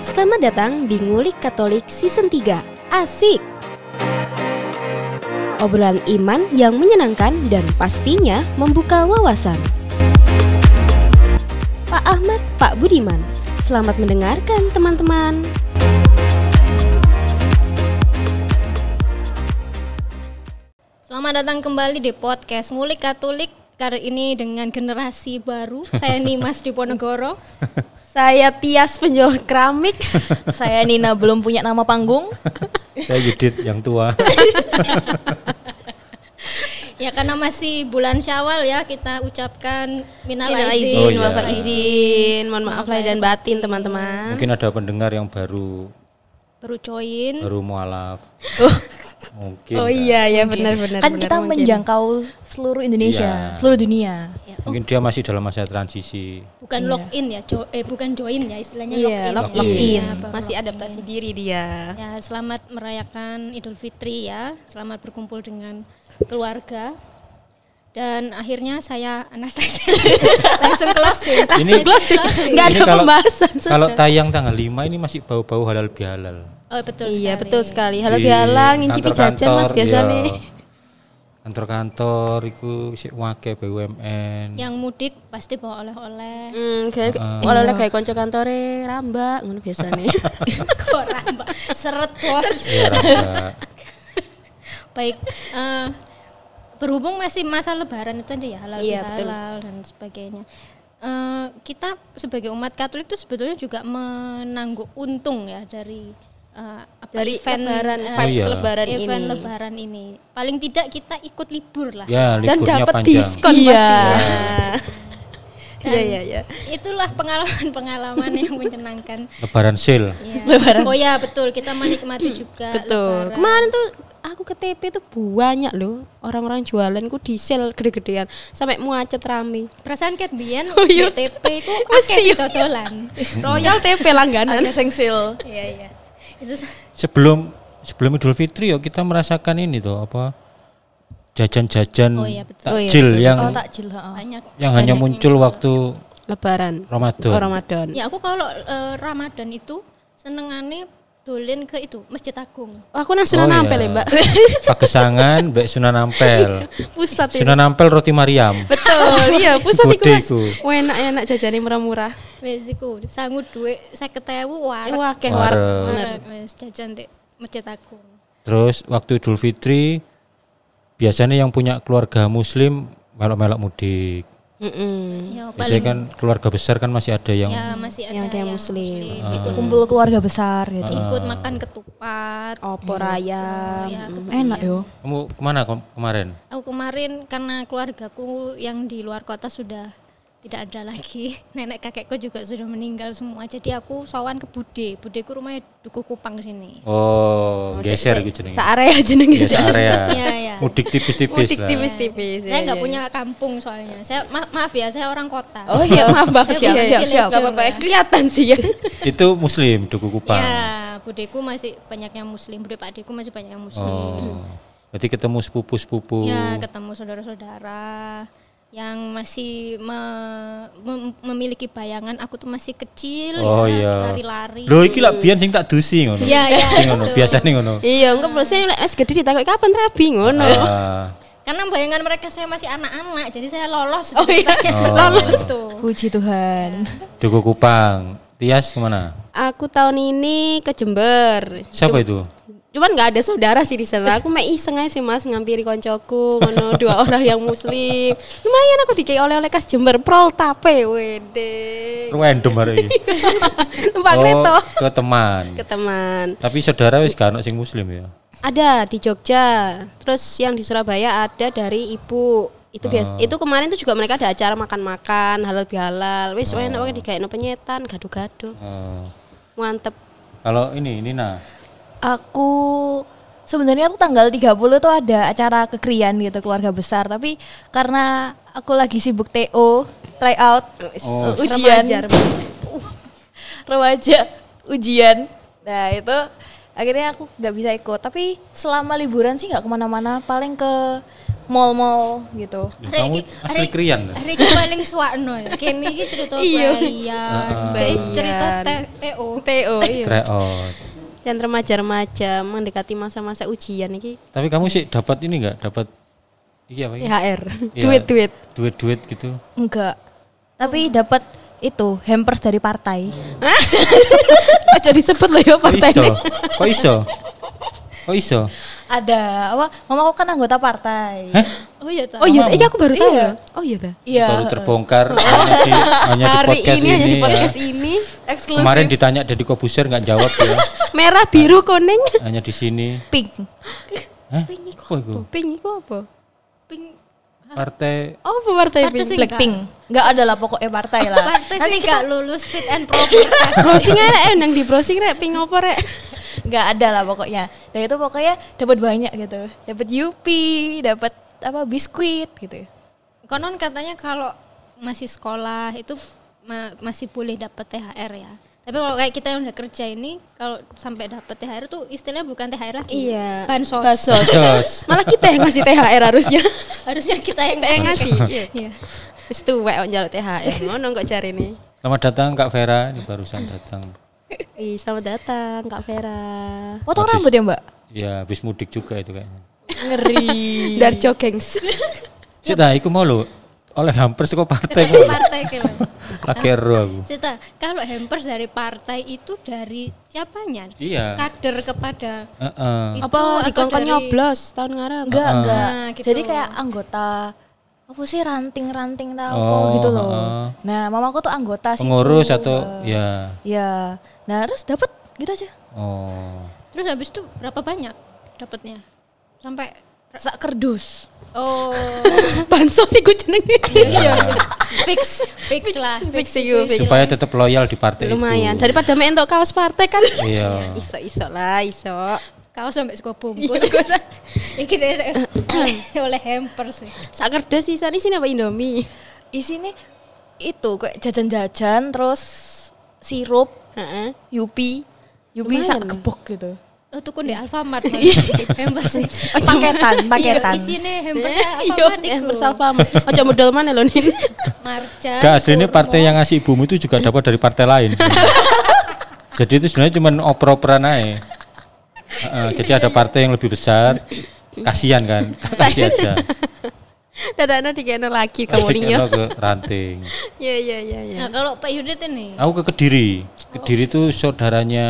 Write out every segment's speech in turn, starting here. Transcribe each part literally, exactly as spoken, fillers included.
Selamat datang di Ngulik Katolik Season tiga. Asik! Obrolan iman yang menyenangkan dan pastinya membuka wawasan. Pak Ahmad, Pak Budiman, selamat mendengarkan teman-teman. Selamat datang kembali di podcast Ngulik Katolik. Kali ini dengan generasi baru. Saya Nimas Diponegoro. Saya Tias penjual keramik. Saya Nina belum punya nama panggung. Saya Yudit yang tua. Ya karena masih bulan Syawal ya, kita ucapkan minal Minal aidin, izin, Oh, iya. Bapak izin. Mohon maaf lahir dan batin teman-teman. Mungkin ada pendengar yang baru baru join. baru mualaf. Mungkin. Oh iya ya benar-benar. Kan kita menjangkau seluruh Indonesia, Iya. seluruh dunia. Ya, oh, Mungkin dia masih dalam masa transisi. bukan Iya. login ya, jo- eh bukan join ya, istilahnya Iya, login. login. Ya, baru Masih login. adaptasi diri dia. Ya, selamat merayakan Idul Fitri ya. Selamat berkumpul dengan keluarga. Dan akhirnya saya Anastasia langsung closing. Ini Langsung closing. Nggak ada Ini kalau- pembahasan. sudah. Kalau tayang tanggal lima ini masih bau-bau halal bihalal. Oh betul Iya sekali. betul sekali. Halal Di bihalal ngincipi jajan kantor-kantor, mas biasa iya. nih. Kantor-kantor itu sik wake B U M N. Yang mudik pasti bawa oleh-oleh. Hmm, kayak oleh-oleh kayak konco kantore rambak ngono biasa nih. Kok rambak seret bos. Iya, Rangga. Baik, eh, berhubung masih masa Lebaran itu aja ya halal Iya, bihalal dan sebagainya. Eh, kita sebagai umat Katolik itu sebetulnya juga menangguk untung ya dari eh, apa, Dari event lebaran, eh, vibes Oh, iya. lebaran event ini. lebaran ini. Paling tidak kita ikut libur lah. Ya, Dan liburnya dapat panjang. diskon Iya. pastinya. Dan Iya iya iya. Itulah pengalaman-pengalaman yang menyenangkan. Lebaran sale. Ya. Oh ya betul, kita menikmati juga Betul. Lebaran. Kemarin tuh aku ke T P tuh banyak loh orang-orang jualan ku di sale gede-gedean sampai muacet rame. Perasaan ket biyen Oh, iya. di T P ku Mesti akeh iya. dodolan. Royal T P langganan. Ada sengsil. Iya iya. Itu sa- Sebelum sebelum Idul Fitri ya kita merasakan ini tuh apa? Jajan-jajan Oh, iya, betul. Oh, iya, takjil betul. yang Oh takjil. heeh. banyak. yang hanya banyak muncul yang- waktu Lebaran. Ramadan. Oh, Ramadan. Ya aku kalau eh, Ramadan itu senengane dolen ke itu Masjid Agung. Oh, aku nang Sunan Oh, Ampel iya. ya, Mbak. Pagesangan, Mbak Sunan Ampel. Pusat itu. Sunan Ampel roti Mariam. Betul, iya pusat iku Gede Mas. iku. Enak-enak jajane murah-murah. Wis iku sangu dhuwit seket ewu Eh, wareg. Wakeh Wareg. wareg. Bener. Wareg, wis jajan di Masjid Agung. Terus waktu Idul Fitri biasanya yang punya keluarga muslim melok-melok mudik. Mm-mm. Ya Biasanya paling kan keluarga besar kan masih ada yang ya masih ada Yang ada yang muslim. Ikut Kumpul keluarga besar gitu. ikut makan ketupat. Opor ayam. Ya, Mm. Enak yo. kamu kemana kom- kemarin? Aku kemarin karena keluargaku yang di luar kota sudah tidak ada lagi. Nenek kakekku juga sudah meninggal semua. Jadi aku sawan ke Bude. Budeku rumahnya Duku Kupang sini. Oh, geser gitu jenenge. Searea jenenge. Ya, area. Iya, iya. Mudik tipis-tipis Mudik lah. tipis-tipis. Saya iya, nggak iya. punya kampung soalnya. Saya ma- maaf ya, saya orang kota. Oh iya maaf Bapak. Saya Iya, masih iya, siap. villager Gak apa-apa ya. kelihatan sih ya. Itu muslim Duku Kupang. Ya, budeku masih banyak yang muslim. Bude pakdeku masih banyak yang muslim. Oh. Berarti ketemu sepupu-sepupu. Ya, ketemu saudara-saudara yang masih me- mem- memiliki bayangan aku tuh masih kecil Oh ya, iya. lari-lari. Loh iki lak biyen sing tak dusi ngono. Iya, iya, Sing ngono, betul. biasane ngono. Iya, enggak biasanya lek wis gede ditakoki kapan rabi ngono. Ah, Karena bayangan mereka saya masih anak-anak, jadi saya lolos. Oh iya, ceritanya. Lolos tuh. Puji Tuhan. Duku Kupang. Tias kemana? Aku tahun ini ke Jember. Siapa itu? Cuman nggak ada saudara sih di sana. Aku mek iseng aja sih Mas ngampiri koncoku ngono dua orang yang muslim. Lumayan aku dikei oleh-oleh khas Jember prol tape wede. Random hari ini. Numpak kereta Oh, ke teman. ke teman. Tapi saudara wis gak ono sing muslim ya. Ada di Jogja. Terus yang di Surabaya ada dari ibu. Itu biasa. Itu kemarin tuh juga mereka ada acara makan-makan halal bihalal. Wis enak wae digaekno penyetan, gado-gado. Oh. Mantep. Kalau ini Nina. Aku sebenarnya tuh tanggal tiga puluh tuh ada acara kekrian gitu keluarga besar, tapi karena aku lagi sibuk T O, try out, Oh. ujian Remaja, remaja. remaja, ujian. Nah itu akhirnya aku nggak bisa ikut. Tapi selama liburan sih nggak kemana-mana, paling ke mall-mall gitu. Kamu asli krian. Hari iki paling suwakno ya. Kene iki cerita kalian. Kayak cerita T E O. T O iya. Tryout. Dan remaja-remaja mendekati masa-masa ujian iki. Tapi kamu sih dapat ini enggak? Dapat iki apa T ini? H R. Iya, Duit-duit. Duit-duit gitu. Enggak. Tapi dapat itu hampers dari partai. Aja disebut loh ya Kok partai iso? ini. Kok iso? Kok iso? Ada apa? Mama aku kan anggota partai. Hah? Oh iya ta. Oh iya, iya aku baru tahu Iya. loh. Oh iya dah. Iya. Baru terbongkar hanya di, hanya di Hari podcast ini ini. hanya di ya. podcast ini. Eksklusif. Kemarin ditanya Deddy Kobuser nggak jawab ya. Merah, biru, kuning. Hanya di sini. pink. Hah? Pink Kok itu? Pink itu apa? Pink Partai Oh, apa partai Partai pink? sing- Blackpink. Enggak ada lah pokoknya partai lah. partai Nanti sih kita gak lulus fit and proper test. Browsing aja eh nang di browsing rek pink apa rek? enggak ada lah pokoknya. Dan itu pokoknya dapat banyak gitu. Dapat Yupi, dapat apa biskuit gitu. Konon katanya kalau masih sekolah itu ma- masih boleh dapat T H R ya. Tapi kalau kayak kita yang udah kerja ini kalau sampai dapat T H R tuh istilahnya bukan T H R lagi. Iya. Bansos. Bansos. Sos. Malah kita yang ngasih T H R harusnya. Harusnya kita yang Kita yang ngasih. Iya. Wis tuwek kok njaluk T H R. Ngono kok jarine. Selamat datang Kak Vera, ini barusan datang. Ih, selamat datang Kak Vera. Potong Habis- rambut ya, Mbak? Ya, habis mudik juga itu kayaknya. Ngeri. Darjo gengs. Cita, iku mau lo oleh hampers kok partai kok. Partai kira. Lagi ero aku. Cita, kalau hampers dari partai itu dari siapanya? Iya. Kader kepada Heeh. itu Apa atau dikongkon dari- nyoblos tahun ngarep? Enggak, enggak. Nah, gitu. Jadi kayak anggota apa sih ranting-ranting tau apa Oh, gitu loh. heeh. Nah, mamaku tuh anggota sih. Pengurus atau ya. Ya. Nah, terus dapat gitu aja. Oh. Terus habis itu berapa banyak dapatnya? Sampai Sak kerdus. oh Bansos iku jenenge. iya fix fix lah Fix iku. fix. Supaya tetap loyal di partai Lumayan. itu. Daripada main untuk kaos partai kan. Iya. Iso-iso lah, iso. kaos sampai sego bungkus iki deh oleh oleh hampers sih. Sak kerdas sisa ini sini apa Indomie? Isinya itu kayak jajan-jajan terus sirup, Heeh. Yupi, Yupi Lumayan sak lah. gebok gitu. Oh tuku di Alfamart hampers sih. Paketan, paketan. Iya, isine hampersnya Iya, Alfamart eh, iku. bersama. Ojo modal mana lo nin? Marja. Gak aslinya Kurma. partai yang ngasih ibumu itu juga dapat dari partai lain. Jadi itu sebenarnya cuma oper-operan aja. Heeh, jadi ada partai yang lebih besar, kasihan kan, kasih aja. Dadakno dikene lagi kamu Dikena liyo. ke ranting. Iya iya iya iya. Nah, kalau Pak Yudit ini Aku ke Kediri. Kediri itu saudaranya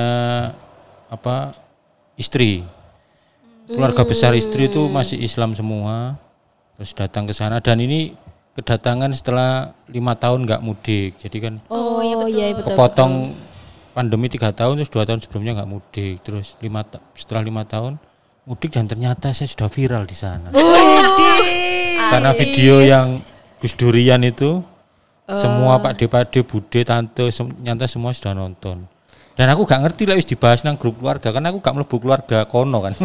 apa? Istri. Keluarga besar istri itu masih Islam semua. Terus datang ke sana dan ini kedatangan setelah lima tahun nggak mudik. Jadi kan Oh iya betul. Iya betul. kepotong pandemi tiga tahun terus dua tahun sebelumnya nggak mudik. Terus lima ta- setelah lima tahun mudik dan ternyata saya sudah viral di sana. Karena video yang Gus Durian itu semua Pak De Pak De Bude Tante sem- nyata semua sudah nonton. Dan aku gak ngerti lah wis dibahas nang grup keluarga karena aku gak mlebu keluarga kono kan.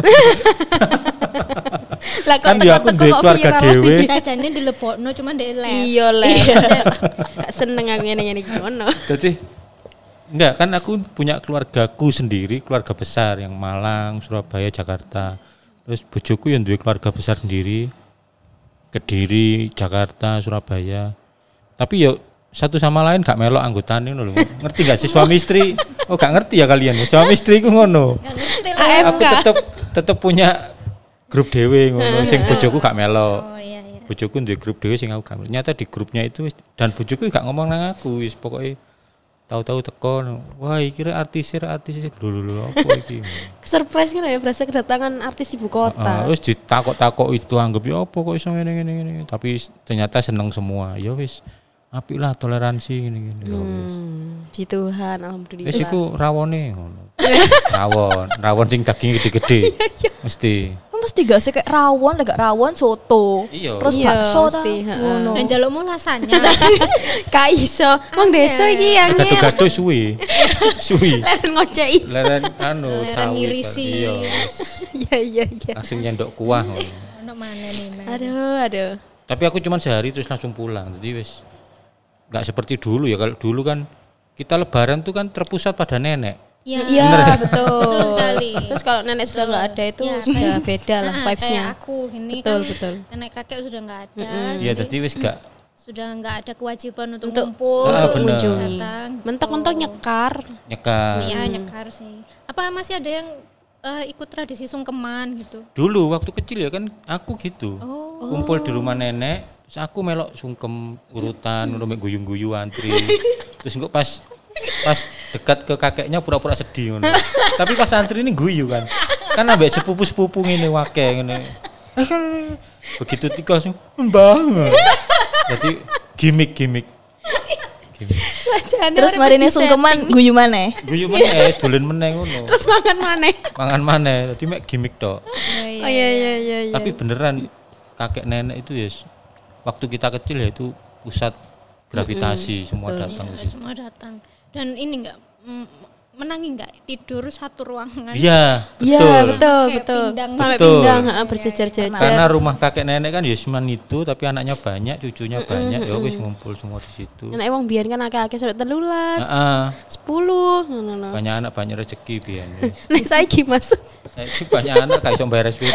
Lah kok Kan ya aku teko-teko duwe kok keluarga viral? dhewe. sajane dilebokno cuman ndek lab. Iya lah. Gak seneng aku ngene-ngene iki ngono. Jadi enggak kan aku punya keluargaku sendiri, keluarga besar yang Malang, Surabaya, Jakarta. Terus bojoku yang duwe keluarga besar sendiri. Kediri, Jakarta, Surabaya. Tapi ya satu sama lain gak melok anggotane ngono lho. Ngerti gak sih suami istri? Oh gak ngerti ya kalian ya. Suami istri ku ngono. Gak ngerti lah. A F Aku K. tetep tetep punya grup dhewe ngono sing bojoku gak melok. Oh iya iya. Bojoku duwe grup dhewe sing aku gak melok. Nyata di grupnya itu wis- dan bojoku gak ngomong nang aku wis pokoke tahu-tahu teko. Wah, iki rek artis rek artis lho lho lho apa iki. Surprise kan ya berasa kedatangan artis ibu Heeh, kota. wis ditakok-takok itu anggap ya apa kok iso ngene ngene ngene. Tapi ternyata seneng semua. Ya wis apik lah toleransi ngene ngene. Ya wis. Hmm, Puji Tuhan alhamdulillah. Wis iku rawone ngono. Rawon, rawon sing dagingnya gede-gede. Mesti. Mesti gak sih kayak rawon, gak rawon soto. Iya. Terus Iya, bakso ta. mesti, heeh. Ngono. Dan jalukmu rasanya. Kak iso, wong desa iki yang Gado-gado suwi. Suwi. leren ngocei. Leren anu Leren sawit. ngirisi. Iya. Iya iya iya. Langsung nyendok kuah ngono. Ono mana nih? Nah. Aduh aduh. Tapi aku cuma sehari terus langsung pulang. Jadi wis enggak seperti dulu ya. Kalau dulu kan kita lebaran tuh kan terpusat pada nenek. Iya. Iya, betul. Betul sekali. Terus kalau nenek sudah nggak ada itu Ya, sudah kayak- beda lah Nah, vibes-nya. kayak aku gini Betul, kan betul. nenek kakek sudah nggak ada. Iya, jadi tadi wis gak sudah nggak ada kewajiban untuk, Untuk ngumpul, Ah, untuk bener. mengunjungi. datang. Mentok-mentok gitu. nyekar. nyekar. Iya, nyekar sih. Apa masih ada yang eh, ikut tradisi sungkeman gitu? Dulu waktu kecil ya kan aku gitu. Oh. Kumpul di rumah nenek, terus aku melok sungkem urutan, udah guyu-guyu antri. Terus kok pas pas dekat ke kakeknya pura-pura sedih ngono. Tapi pas antri ini guyu kan. Kan ambek sepupu-sepupu ngene wake ngene. Eh, kan begitu tika langsung mbah. Jadi gimmick-gimmick. Gimmick. Sajane Terus urip marine mesti sungkeman guyu maneh. Guyu meneh, dolen meneh ngono. terus makan maneh. Mangan maneh, dadi mek gimmick tok. Oh iya iya iya iya. Tapi beneran kakek nenek itu ya waktu kita kecil ya itu pusat gravitasi semua datang ke Iya, situ. semua datang. Dan ini enggak mm, menangi enggak tidur satu ruangan. Iya, Iya, betul. betul, Kayak betul. pindang. Sampai Betul. pindang, heeh, berjejer-jejer. Karena rumah kakek nenek kan ya cuma itu tapi anaknya banyak, cucunya banyak, ya wis ngumpul semua di situ. Nek wong biyen kan akeh-akeh sampai telulas, Heeh. sepuluh, ngono. Banyak anak banyak rezeki biyen. Nek saiki Mas. Saya banyak anak gak iso bayar S P P.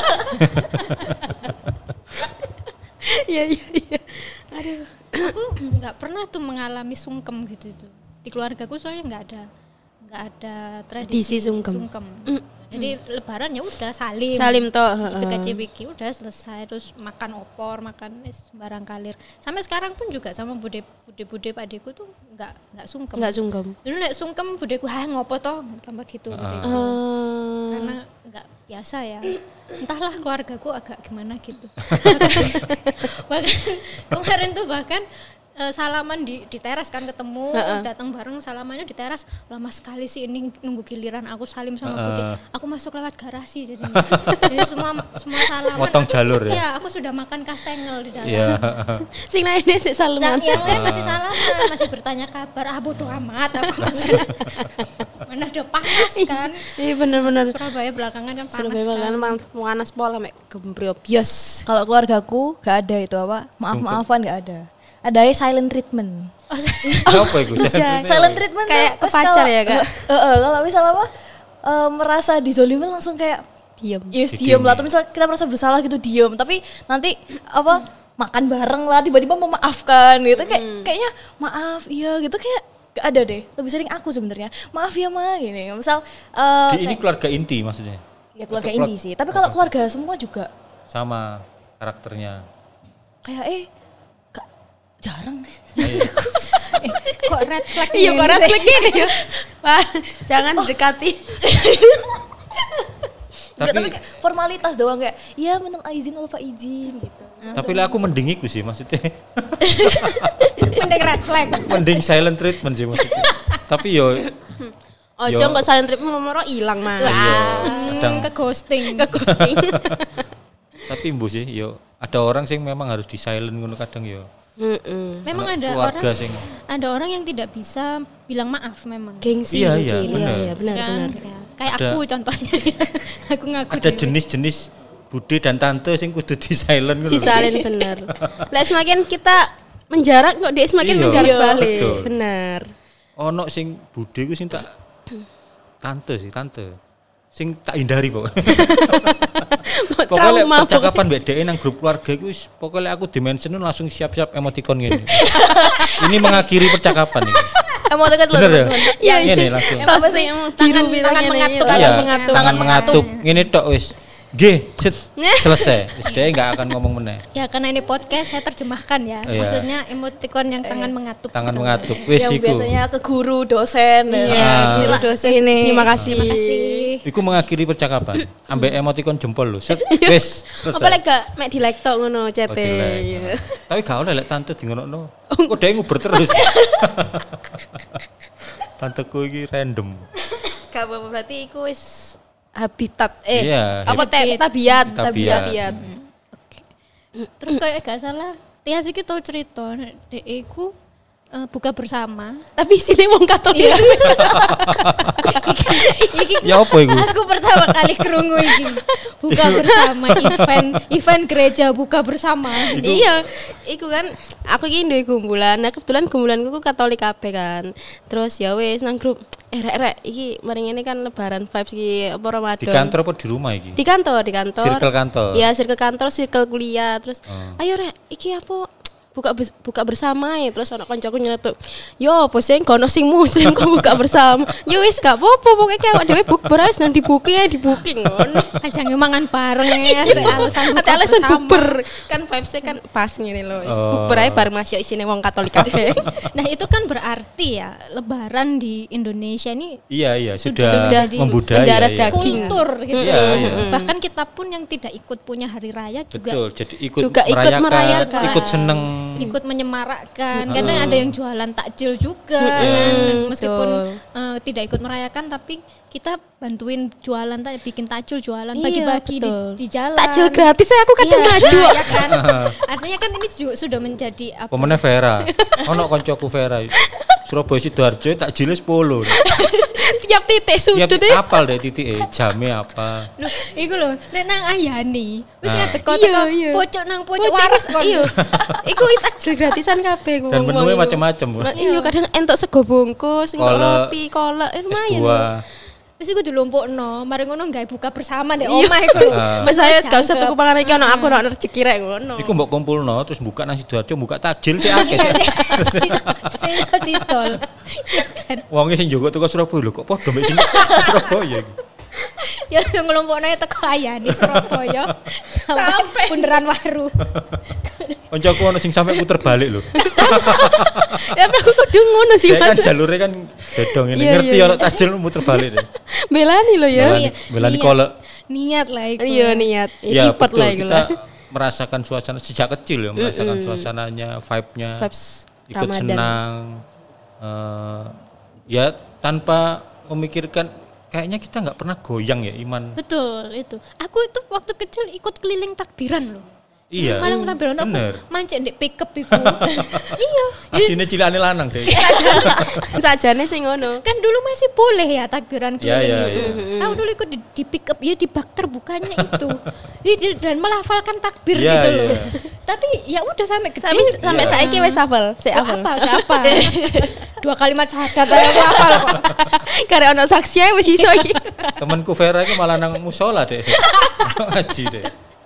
Iya iya iya. Aduh. Aku nggak pernah tuh mengalami sungkem gitu tuh. Di keluargaku soalnya nggak ada nggak ada tradisi Tradisi sungkem. Jadi lebaran ya udah salim. Salim toh, heeh. Cipika-cipiki udah selesai, terus makan opor, makan es barang kalir. Sampai sekarang pun juga sama bude bude bude padeku tuh nggak nggak sungkem. Enggak sungkem. Dulu nek sungkem budeku ha ngopo toh tambah gitu budeku. Oh. Karena nggak biasa ya. Entahlah keluargaku agak gimana gitu. Bahkan kemarin tuh bahkan eh, salaman di di teras kan ketemu, datang bareng salamannya di teras. Lama sekali sih ini nunggu giliran aku salim sama Budi. Aku masuk lewat garasi jadinya. Jadi semua semua salaman. Motong aku- jalur ya? Iya, aku sudah makan kastengel di dalam. Iya. Sing lainnya sik Sa- salaman. yang lain masih salaman, masih bertanya kabar. Ah bodo amat aku. Mana udah panas kan. Iya bener-bener. Surabaya belakangan kan panas Surabaya kan. kan panas pola mek gembrobios. Kalau keluargaku gak ada itu apa? Maaf-maafan gak ada. Ada aja silent treatment. Apa itu? Silent treatment Kayak tuh pas kepacar kalau- ya, Kak? Eh, eh, kalau misal apa? eh, merasa dizolimin langsung kayak Diam. yes, diem lah. Atau misal kita merasa bersalah gitu diem. Tapi nanti apa? Makan bareng lah. Tiba-tiba memaafkan gitu. Kayak kayaknya maaf iya gitu kayak gak ada deh. Lebih sering aku sebenarnya. Maaf ya ma gini. Misal eh, Di ini kayak- keluarga inti maksudnya. ya keluarga Atau inti sih. Tapi kalau keluarga semua juga sama karakternya. kayak eh gak jarang. Eh, kok red flag Iya gini kok red sih? flag gini ya. Wah, jangan dekati. Tapi, Tapi kayak formalitas doang kayak ya minta izin alfa izin gitu. tapi lah aku mending iku sih maksudnya. Mending red flag. Mending silent treatment sih maksudnya. Tapi yo Ojo Yo. kok salin trip moro ilang Mas. yo Hmm, kadang ke ghosting. Ke ghosting. tapi mbu sih yo ada orang sing memang harus di silent ngono kadang yo. Heeh. Memang Ono ada keluarga orang sing ada orang yang tidak bisa bilang maaf memang. Gengsi Iya, iya, mungkin. benar. Iya, benar Kan? benar. Ya, kayak Ada- aku contohnya. aku ngaku ada dewe. jenis-jenis bude dan tante sing kudu di silent ngono. Si lho. salin bener. Lah semakin kita menjarak kok dia semakin Iya, menjarak iya, balik. betul. Benar. Ono sing bude ku sing tak tante sih tante sing tak hindari pokoknya. Pokoknya Trauma. percakapan mbak D E nang grup keluarga iku wis pokoknya aku dimension langsung siap-siap emoticon gini. Ini mengakhiri percakapan ini. Emoticon dulu. Bener ya? Iya, Ini iya. langsung. Tas sing biru Tangan- bilang tangan ngene, mengatuk. tangan Iya, mengatuk. tangan mengatuk. Ngene tok wis. G, set, selesai. Wis dia enggak akan ngomong meneh. Ya karena ini podcast saya terjemahkan ya. Iya. Maksudnya emoticon yang tangan mengatuk. Tangan gitu. mengatuk. Wis Yang iku. biasanya ke guru, dosen. Iya, Ah. istilah dosen ini. Terima kasih. Terima kasih. Iku mengakhiri percakapan. Ambek emoticon jempol lho. Set, wis Apa selesai. lek gak mek di like tok ngono Oh, cete. jelek. Iya. Tapi gak oleh lek tante di ngono. Kok dia nguber terus. Tanteku iki random. Gak apa-apa berarti iku wis habitat eh Iya, apa te- habit. tabiat Tabiat. tabiat tabiat. Terus kayak gak salah Tias iki tau cerita nek dhek iku uh, buka bersama. Tapi sini wong Katolik. Iki Ya apa iku? aku pertama kali krungu iki. Buka bersama event event gereja buka bersama. Iya, iku kan aku iki duwe gumbulan. Nah, kebetulan gumbulanku ku Katolik kabeh kan. Terus ya wis nang grup eh rek rek iki mari ngene kan lebaran vibes iki apa Ramadan. Di kantor apa di rumah iki? Di kantor, di kantor. Circle kantor. Iya, circle kantor, circle kuliah. Terus Oh. ayo rek, iki apa buka bes- buka bersama ya. Terus anak koncoku nyeletuk, yo apa sing kono sing muslim kok buka bersama. Yo wis gak apa-apa pokoke awak dhewe bukber wis nang di booking ae di booking ngono. Aja ngemangan bareng ya, ada alasan buka Ada alasan bersama. bukber kan vibes-nya kan pas ngene lho. Wis Oh. bukber ae bareng masih isine wong Katolik kabeh. Nah itu kan berarti ya lebaran di Indonesia ini Iya iya Sudah- sudah, sudah di- membudaya mendarat ya. daging. kultur gitu. Iya, iya. Bahkan kita pun yang tidak ikut punya hari raya juga Betul, jadi ikut Juga ikut merayakan, merayakan. ikut seneng. ikut menyemarakkan. Kadang ada yang jualan takjil juga kan. Meskipun betul. eh, tidak ikut merayakan tapi kita bantuin jualan, ta- bikin takjil jualan, Iya, bagi-bagi di, betul. di jalan. Takjil gratis saya aku kadang Iya, maju. ya kan. Artinya kan ini juga sudah menjadi apa? Pemenang Vera, ono koncoku Vera, Surabaya Sidoarjo tak jilis sepuluh. Tiap titik Tiap sudut e. apal deh titik eh, jamnya apa. Loh, iku lho, nek nang Ayani, wis Nah. ngadeg kok Iya, teko iya. pojok nang pojok Pojok waras kon. Iya. Iku takjil gratisan kabeh ku. Dan wong-wong menunya iku. macam-macam. Nah, iya kadang entuk sego bungkus, entuk Kolak, roti, kolak, eh, Es lumayan. buah. Wis iku dilumpukno, mari ngono gawe buka bersama ndek Iya. omah iku lho. Ah. Mas saya gak usah Jangkep. tuku panganan iki ono aku ono rezeki rek ngono. Iku mbok kumpulno terus buka nang Sidoarjo, buka takjil sih akeh sih. Saya iso ditol. Ya kan. Wonge sing njogo teko Surabaya lho kok padha mek sini Surabaya iki. Ya ngelompokno teko Ayani Surabaya sampai bundaran Waru. Koncoku ono sing sampe puter balik lho. Ya tapi aku kudu ngono sih Ya kan Mas. jalure kan bedong ini Iya, ngerti iya. ono takjil muter balik deh. Belani lo ya. Belani, belani niat. kolak. Niat lah iku. Iya niat. Ya Effort betul, lah iku kita lah. merasakan suasana sejak kecil ya, merasakan suasananya, vibe-nya, Vibes ikut Ramadan. senang, eh, ya tanpa memikirkan, kayaknya kita nggak pernah goyang ya iman. Betul itu. Aku itu waktu kecil ikut keliling takbiran loh. Iya, Malang takbiran aku bener. mancing di pickup iku. Iya. Asine cilikane lanang deh. Sajane sing ngono. Kan dulu masih boleh ya takbiran Ya, keliling ya, itu. ya. Aku dulu ikut di, di pick up ya di bak terbukanya itu. Di- dan melafalkan takbir Ya, gitu ya. loh. Tapi ya udah sampai gede. Tapi sampai Iya. saiki wis hafal, sik Oh, hafal. apa siapa? Dua kalimat syahadat aja aku hafal kok. Karena ono saksi ae wis iso iki. Temanku Vera itu malah nang musola deh. Ngaji deh.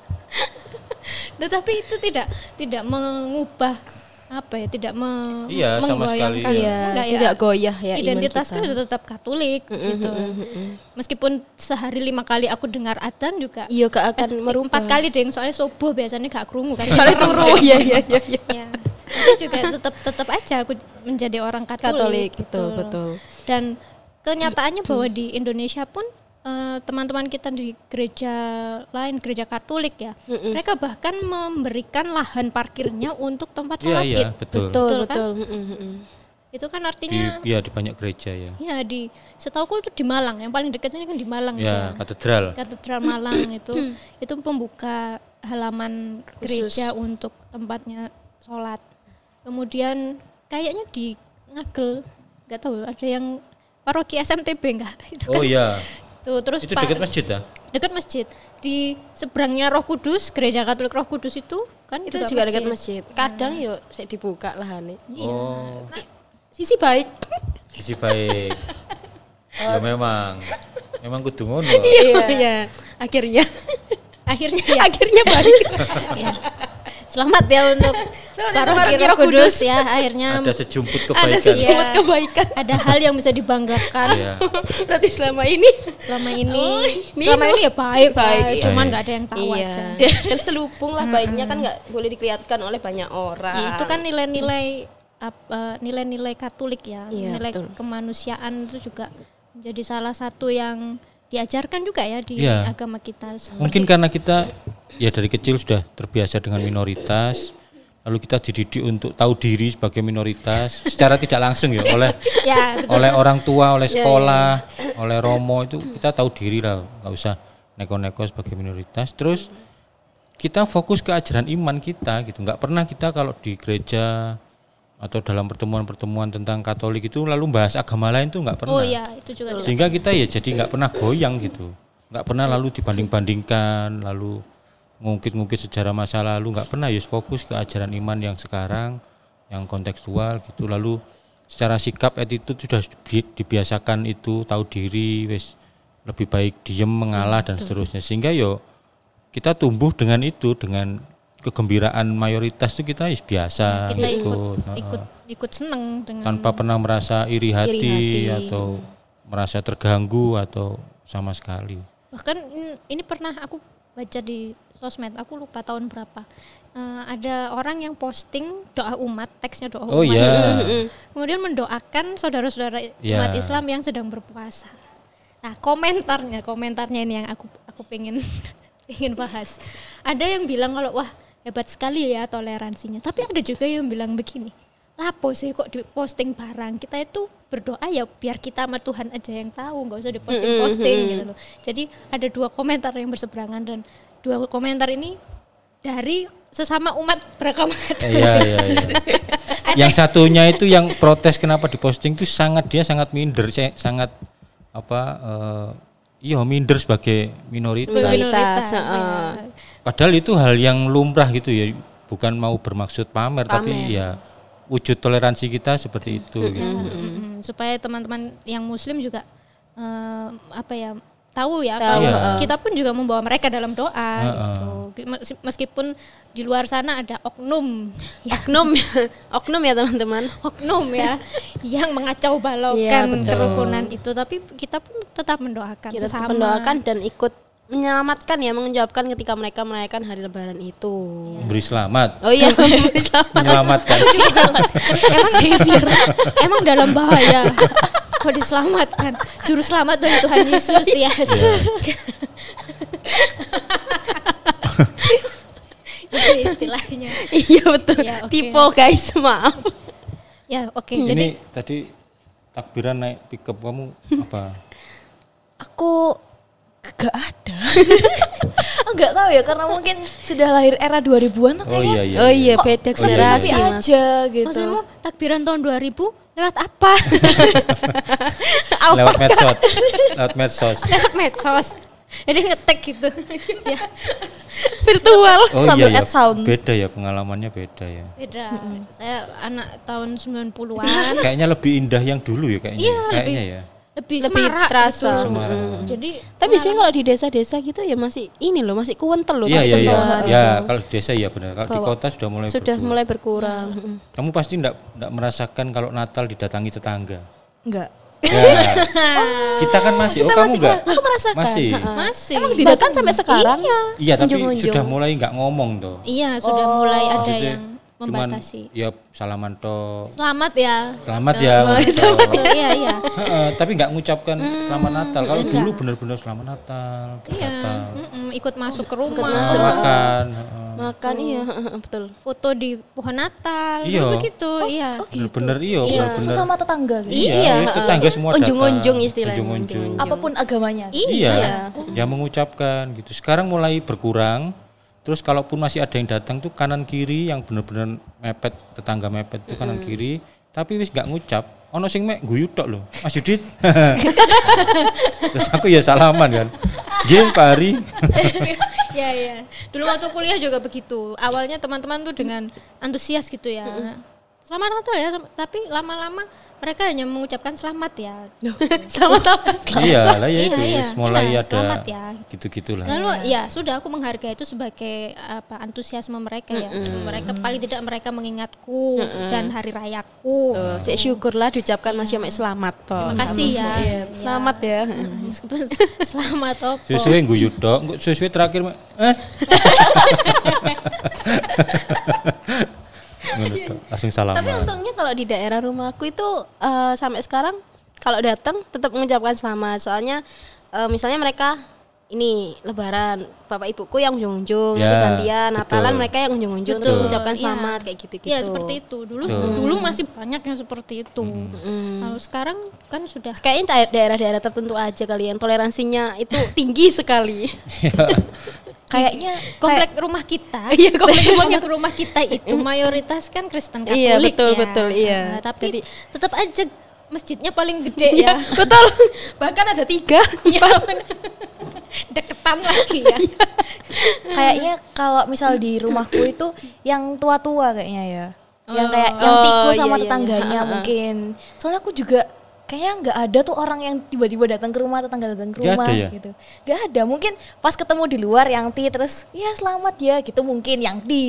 Tetapi itu tidak tidak mengubah apa ya, tidak me, Iya, sama sekali, menggoyangkan. Iya, Enggak ya. tidak goyah ya iman Identitasku kita. itu tetap Katolik gitu. Meskipun sehari lima kali aku dengar adzan juga. Iya gak akan merubah. Empat kali deh, soalnya subuh biasanya gak kerungu kan. Soalnya turu. Iya iya iya iya. Ya. Tapi juga tetap tetap aja aku menjadi orang Katolik. Katolik, betul, betul. Dan kenyataannya bahwa di Indonesia pun eh, teman-teman kita di gereja lain, gereja Katolik ya, mereka bahkan memberikan lahan parkirnya untuk tempat Iya sholat iya id. betul. Betul Betul kan? betul. Mm, mm, mm. Itu kan Di artinya ya di banyak gereja ya. ya di setauku itu di Malang, yang paling dekatnya kan di Malang Ya, itu. katedral. Katedral Malang itu itu pembuka halaman gereja untuk tempatnya sholat. Kemudian kayaknya di Ngagel, nggak tahu ada yang paroki S M T B enggak? Itu Oh kan. iya. Tuh, terus Itu Pak- dekat masjid ya? dekat masjid. Di seberangnya Roh Kudus, gereja Katolik Roh Kudus itu kan Itu juga dekat masjid. Kadang yo sik dibuka lahane. Oh, Sisi baik. sisi baik. Ya memang. Memang kudu ngono. Iya iya. Akhirnya Akhirnya ya. akhirnya baik. Ya. Selamat ya untuk Selamat paroki untuk Roh Roh Kudus ya, akhirnya Ada sejumput Ada kebaikan. sejumput Iya. kebaikan. ada hal yang bisa dibanggakan. Iya. Berarti selama ini Selama ini, Oh, ini selama ini ya baik, baik, baik, iya. cuman Baik. nggak ada yang tahu aja. iya. Terselubung lah baiknya kan nggak boleh dikelihatkan oleh banyak orang. Ya, itu kan nilai-nilai apa nilai-nilai Katolik ya, Iya, nilai betul. kemanusiaan itu juga menjadi salah satu yang diajarkan juga ya di Iya. agama kita. Mungkin karena kita ya dari kecil sudah terbiasa dengan minoritas, lalu kita dididik untuk tahu diri sebagai minoritas secara tidak langsung ya oleh Ya, betul. oleh orang tua, oleh Ya, sekolah, oleh romo itu kita tahu diri lah, nggak usah neko-neko sebagai minoritas. Terus kita fokus ke ajaran iman kita gitu, nggak pernah kita kalau di gereja atau dalam pertemuan-pertemuan tentang Katolik itu lalu bahas agama lain tuh nggak pernah. Oh iya, itu juga. Sehingga kita ya jadi nggak pernah goyang gitu, nggak pernah lalu dibanding-bandingkan, lalu ngungkit-ngungkit sejarah masa lalu, nggak pernah. Ya fokus ke ajaran iman yang sekarang, yang kontekstual gitu. Lalu secara sikap attitude sudah dibiasakan itu, tahu diri, wes lebih baik diem mengalah dan seterusnya. Sehingga yo kita tumbuh dengan itu, dengan kegembiraan mayoritas itu kita biasa kita ikut, ikut uh, ikut ikut seneng dengan tanpa pernah merasa iri hati, Iri hati. atau merasa terganggu atau sama sekali. bahkan in- ini pernah aku baca di sosmed, aku lupa tahun berapa. Uh, ada orang yang posting doa umat, teksnya doa Oh umat. iya. Kemudian mendoakan saudara-saudara Ya. umat Islam yang sedang berpuasa. Nah, komentarnya, komentarnya ini yang aku aku pengen pengen bahas. Ada yang bilang kalau wah hebat sekali ya toleransinya. Tapi ada juga yang bilang begini, lapo sih kok diposting barang, kita itu berdoa ya biar kita sama Tuhan aja yang tahu, nggak usah diposting-posting gitu loh. Jadi ada dua komentar yang berseberangan, dan dua komentar ini dari sesama umat beragama. Iya iya iya. Yang satunya itu yang protes kenapa diposting itu sangat dia sangat minder, saya sangat apa eh, iya minder sebagai minoritas. Sebagai Minoritas, minoritas, heeh. ya. Padahal itu hal yang lumrah gitu ya, bukan mau bermaksud pamer, tapi ya wujud toleransi kita seperti itu gitu. Mm, supaya teman-teman yang muslim juga eh, apa ya tahu ya, Tahu, kalau Iya. kita pun juga membawa mereka dalam doa Heeh. gitu. Mes- Meskipun di luar sana ada oknum ya, Oknum, oknum ya teman-teman. oknum ya yang mengacau Iya, balaukan betul. kerukunan itu, tapi kita pun tetap mendoakan Kita tetap sesama. mendoakan dan ikut menyelamatkan ya, menjawabkan ketika mereka merayakan hari Lebaran itu. Memberi selamat, Oh iya, memberi selamat. menyelamatkan. emang emang dalam bahaya kok diselamatkan, juru selamat dari Tuhan Yesus ya. Itu istilahnya. Iya betul. Ya, oke. Tipe guys, maaf. Ya oke, Ini jadi tadi takbiran naik pickup kamu apa? Aku gak ada. Enggak tahu ya, karena mungkin sudah lahir era dua ribuan tuh Oh kayaknya. iya iya. Oh iya, Kok beda sepi-sepi generasi Mas. aja gitu. maksudmu takbiran tahun dua ribu lewat apa? Lewat medsos, lewat medsos. Lewat medsos. Jadi ngetek gitu. Ya, Virtual. Oh Sambil iya ya, add sound. beda ya pengalamannya beda ya. beda. Saya anak tahun sembilan puluhan. Kayaknya lebih indah yang dulu ya kayaknya. Iya, ya. Kayaknya lebih- ya. Lebih, Lebih semarak terasa. gitu. Semarak. Jadi Tapi biasanya kalau di desa-desa gitu ya masih ini loh, masih kuwentel loh. Iya masih iya iya. kental. Ya kalau di desa ya benar. Kalau di Bawa. kota sudah mulai Sudah berkurang. mulai berkurang. Mm. Kamu pasti enggak enggak merasakan kalau Natal didatangi tetangga. Enggak. Ya. Kita kan masih. Oh kamu enggak? Aku merasakan. Masih. Heeh. masih. Emang bahkan sampai sekarang. Iya tapi Unjung-unjung. sudah mulai enggak ngomong tuh. Iya, sudah mulai ada Maksudnya yang cuman membatasi. ya salaman toh. Selamat ya. Selamat ya. Oh, ngono toh. Betul, iya iya. Heeh, tapi nggak ngucapkan selamat Natal. Kalau dulu benar-benar selamat Natal, Iya, Natal. mm-mm, ikut masuk ke rumah, masuk. Makan. heeh. Makan iya, heeh, betul. foto di pohon Natal, Iya. dulu begitu, iya. Bener-bener iya, Iya. bener-bener. Sesama tetangga gitu. Iya, Iya, wis tetangga semua datang. Unjung-unjung istilahnya, Unjung-unjung. unjung-unjung. Apapun agamanya. Iya, ya mengucapkan gitu. Sekarang mulai berkurang. Terus kalaupun masih ada yang datang tuh kanan kiri yang bener-bener mepet, tetangga mepet tuh kanan kiri, tapi wis nggak ngucap. Ono sing mek guyu tok lho. Mas Yudit. Terus aku ya salaman kan. Nggih, Pak Ari. Iya iya. Dulu waktu kuliah juga begitu. Awalnya teman-teman tuh dengan antusias gitu ya. Selamat Natal ya, tapi lama-lama mereka hanya mengucapkan selamat ya. Selamat apa? Iya, lah ya Iya, itu iya. wis mulai Iya, ada selamat ya. gitu-gitulah. Lalu ya sudah, aku menghargai itu sebagai apa antusiasme mereka ya. Mereka paling tidak mereka mengingatku dan hari rayaku. Tuh, cek syukurlah diucapkan Mas Yomek selamat toh. Terima kasih ya. Iya, Iya. selamat ya. Meskipun selamat apa. Sesuai guyu tok, engko sesuai terakhir mek. Eh. Ngono tok, langsung Tapi salaman. untungnya kalau di daerah rumahku itu eh, sampai sekarang kalau datang tetap mengucapkan selamat. Soalnya eh, misalnya mereka ini Lebaran, bapak ibuku yang unjung-unjung, Ya, nanti gantian, Natalan betul. mereka yang unjung-unjung Betul, untuk mengucapkan iya. selamat kayak gitu-gitu. Iya seperti itu. Dulu dulu masih banyak yang seperti itu. Lalu sekarang kan sudah Kayaknya daer- daerah-daerah tertentu aja kali yang toleransinya itu tinggi sekali. kayaknya komplek rumah kita. Iya, komplek rumah komplek rumah kita itu mayoritas kan Kristen Katolik Iya, betul, ya. betul, iya. Nah, tapi Jadi- tetap aja masjidnya paling gede ya. Betul. Bahkan ada tiga. Deketan lagi ya. kayaknya kalau misal di rumahku itu yang tua-tua kayaknya ya. Yang kayak yang Oh, tikus sama iya, iya, tetangganya iya. mungkin. Soalnya aku juga kayaknya nggak ada tuh orang yang tiba-tiba datang ke rumah, tetangga datang ke Nggak rumah ada ya? gitu. Nggak ada. Mungkin pas ketemu di luar yang ti terus ya selamat ya gitu mungkin yang ti.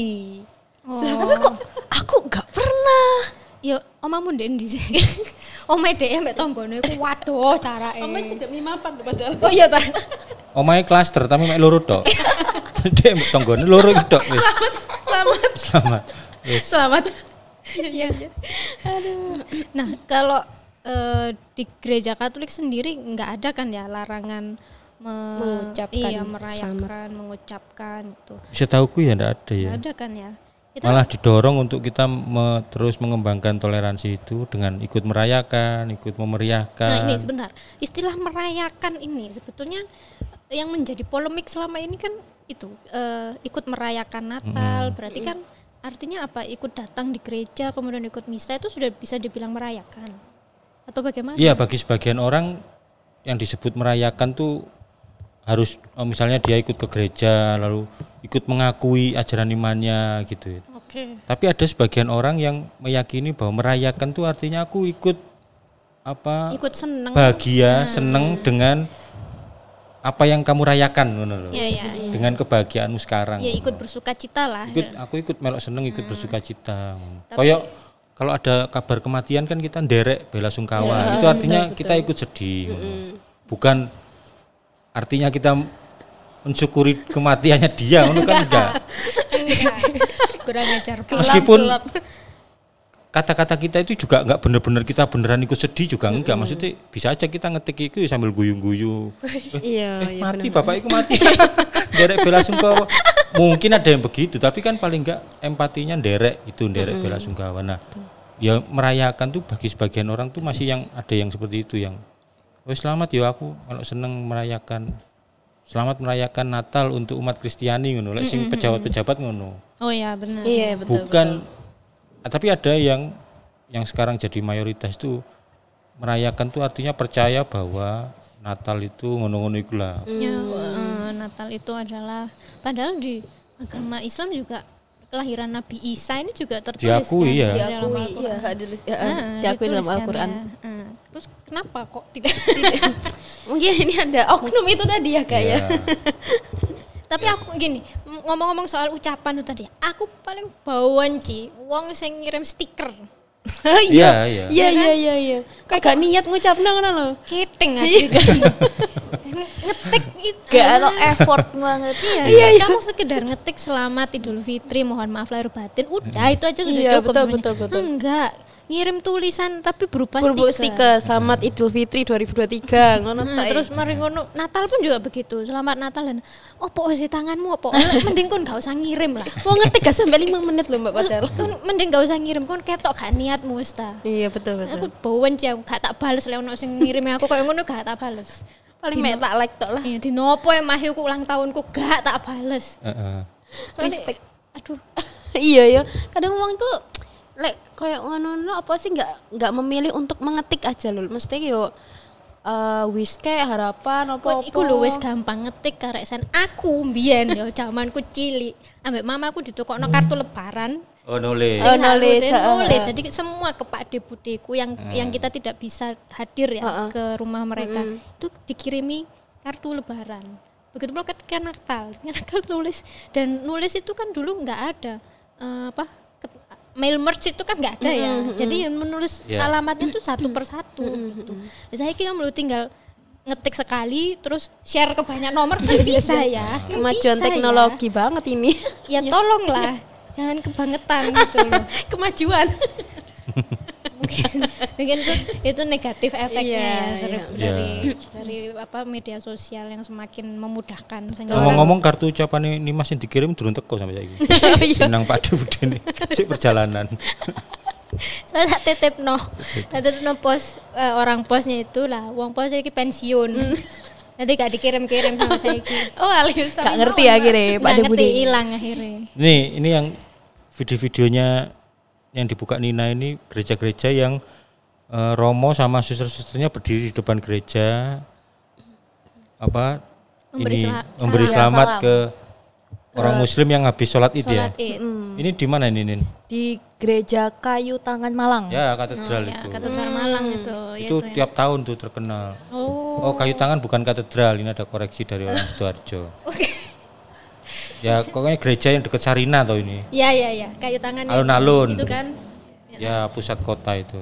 Tapi kok aku nggak pernah. Yo, omamu ndendi sih. Omae dhek mbek tanggane iku waduh carake. Omah cedek mimapan padahal. Oh iya ta. Omahe klaster tapi mek loro tok. Dek mek tanggane loro iki tok wis. Selamat. Selamat. Wis. Selamat. Iya. Aduh. Nah, kalau eh, di gereja Katolik sendiri nggak ada kan ya larangan me- Mengucapkan iya, merayakan, mengucapkan itu. Setauku ya ndak ada ya. Nggak ada kan ya? Itu Malah didorong untuk kita me- terus mengembangkan toleransi itu dengan ikut merayakan, ikut memeriahkan. Nah ini sebentar, istilah merayakan ini sebetulnya yang menjadi polemik selama ini kan itu eh, ikut merayakan Natal, Hmm. berarti kan artinya apa? Ikut datang di gereja kemudian ikut misa itu sudah bisa dibilang merayakan atau bagaimana? Iya, bagi sebagian orang yang disebut merayakan tuh harus oh, misalnya dia ikut ke gereja lalu ikut mengakui ajaran imannya gitu. Oke. Tapi ada sebagian orang yang meyakini bahwa merayakan tuh artinya aku ikut apa? Ikut seneng. bahagia, seneng dengan apa yang kamu rayakan ngono lho. Iya iya. iya. Dengan kebahagiaanmu sekarang. Ya ikut bersukacita lah. Ikut aku ikut melok seneng, ikut bersukacita. Tapi- Kayak kalau ada kabar kematian kan kita nderek bela sungkawa. Itu artinya kita ikut sedih. ngono. Bukan artinya kita mensyukuri kematiannya dia, ngono kan enggak. Enggak. Kurang ajar. Meskipun kata-kata kita itu juga enggak benar-benar kita beneran ikut sedih juga enggak. Maksudnya bisa aja kita ngetik itu ya sambil guyu-guyu. Iya, Eh, iya mati benar. bapak itu mati. Nderek bela sungkawa. Mungkin ada yang begitu, tapi kan paling enggak empatinya nderek itu nderek bela sungkawa. Nah, ya merayakan tuh bagi sebagian orang tuh masih yang ada yang seperti itu yang oh selamat ya aku kalau seneng merayakan selamat merayakan Natal untuk umat Kristiani ngono lek sing pejabat-pejabat ngono. Oh ya benar. Iya, betul. Bukan ah, tapi ada yang yang sekarang jadi mayoritas tuh merayakan tuh artinya percaya bahwa Natal itu ngono-ngono iku lah. Ya, eh, Natal itu adalah padahal di agama Islam juga kelahiran Nabi Isa ini juga tertulis Diakui, kan, ya. di dalam Diakui, Al-Quran. iya, hadis, ya, Nah, diakui dalam dituliskan Al-Quran. ya. Nah, terus kenapa kok tidak? Mungkin ini ada oknum itu tadi ya kak ya. Ya. Tapi aku gini, m- ngomong-ngomong soal ucapan itu tadi, aku paling bawaan Ci, wong sing ngirim stiker. Iya, iya. Iya, iya, iya, iya. Kayak gak niat ngucapnya ngono lho. Keting aja. Ngetik itu. Gak ada effort banget. Iya, kamu sekedar ngetik selamat Idul Fitri, mohon maaf lahir batin, udah itu aja sudah Iya, cukup. betul, sebenarnya. betul, betul. Enggak, ngirim tulisan tapi berupa Berbulu stiker. stiker, selamat Idul Fitri dua ribu dua puluh tiga ngono Nah, tak, terus mari ngono Natal pun juga begitu. Selamat Natal dan opo wis tanganmu opo. Mending kon gak usah ngirim lah. mau ngetik gak sampai lima menit loh Mbak padahal. Kon mending gak usah ngirim, kon ketok gak niatmu wis ta. Iya, betul, Aku betul. bawen sih aku gak tak bales lek ono sing ngirim aku koyo ngono gak tak bales. Paling mek tak like tok lah. Iya, di nopo emah iku ulang tahunku gak tak bales. Heeh. Soalnya, Respect. aduh, Iya ya, kadang wong tuh lek kayak ngono apa sih nggak nggak memilih untuk mengetik aja lho. Mesti yo eh wis kayak harapan apa kok iku lho wis gampang ngetik karek sen. Aku mbiyen yo zamanku cilik, ambek mamaku ditukokno kartu lebaran. Oh nulis. Oh, Sing nulis, halus, heeh, nulis. heeh. Jadi semua ke Pak Deputeku yang yang kita tidak bisa hadir ya Heeh. ke rumah mereka itu dikirimi kartu lebaran. Begitu pula ketika Natal, Natal nulis dan nulis itu kan dulu nggak ada eh, apa ket- mail merge itu kan nggak ada ya. Jadi yang menulis Ya. alamatnya itu satu persatu gitu. Dan saya kira perlu tinggal ngetik sekali terus share ke banyak nomor kan bisa ya. Kan Kemajuan bisa ya. teknologi banget ini. Ya tolonglah, jangan kebangetan gitu loh. Kemajuan. mungkin mungkin itu itu negatif efeknya Iya, ya dari, iya. dari dari apa media sosial yang semakin memudahkan sehingga Ngomong-ngomong kartu ucapan ini masih dikirim turun teko sampai saiki. Senang Pak Deputi ini. Sik perjalanan. saya tak titip no tak titip no pos eh, orang posnya itu lah uang pos iki pensiun Nanti gak dikirim-kirim sama saya gitu. Oh, alias Gak ngerti akhirnya Pak Nggak De ngerti, Budi. hilang akhirnya. Nih, ini yang video-videonya yang dibuka Nina ini gereja-gereja yang eh, Romo sama suster-susternya berdiri di depan gereja apa Memberi ini sela- memberi salam. selamat Salam. ke orang muslim yang habis sholat Id ya. Sholat Id. Ini di mana ini, Nin? Di gereja Kayu Tangan Malang. Ya, katedral Ya, itu. Katedral Malang itu. Itu ya. tiap tahun tuh terkenal. Oh. Oh, Kayu Tangan bukan katedral, ini ada koreksi dari orang Sidoarjo. Oke. Ya, pokoknya gereja yang dekat Sarina atau ini. Ya ya ya, kayu tangan itu. Alun-alun. Itu kan. Ya, pusat kota itu.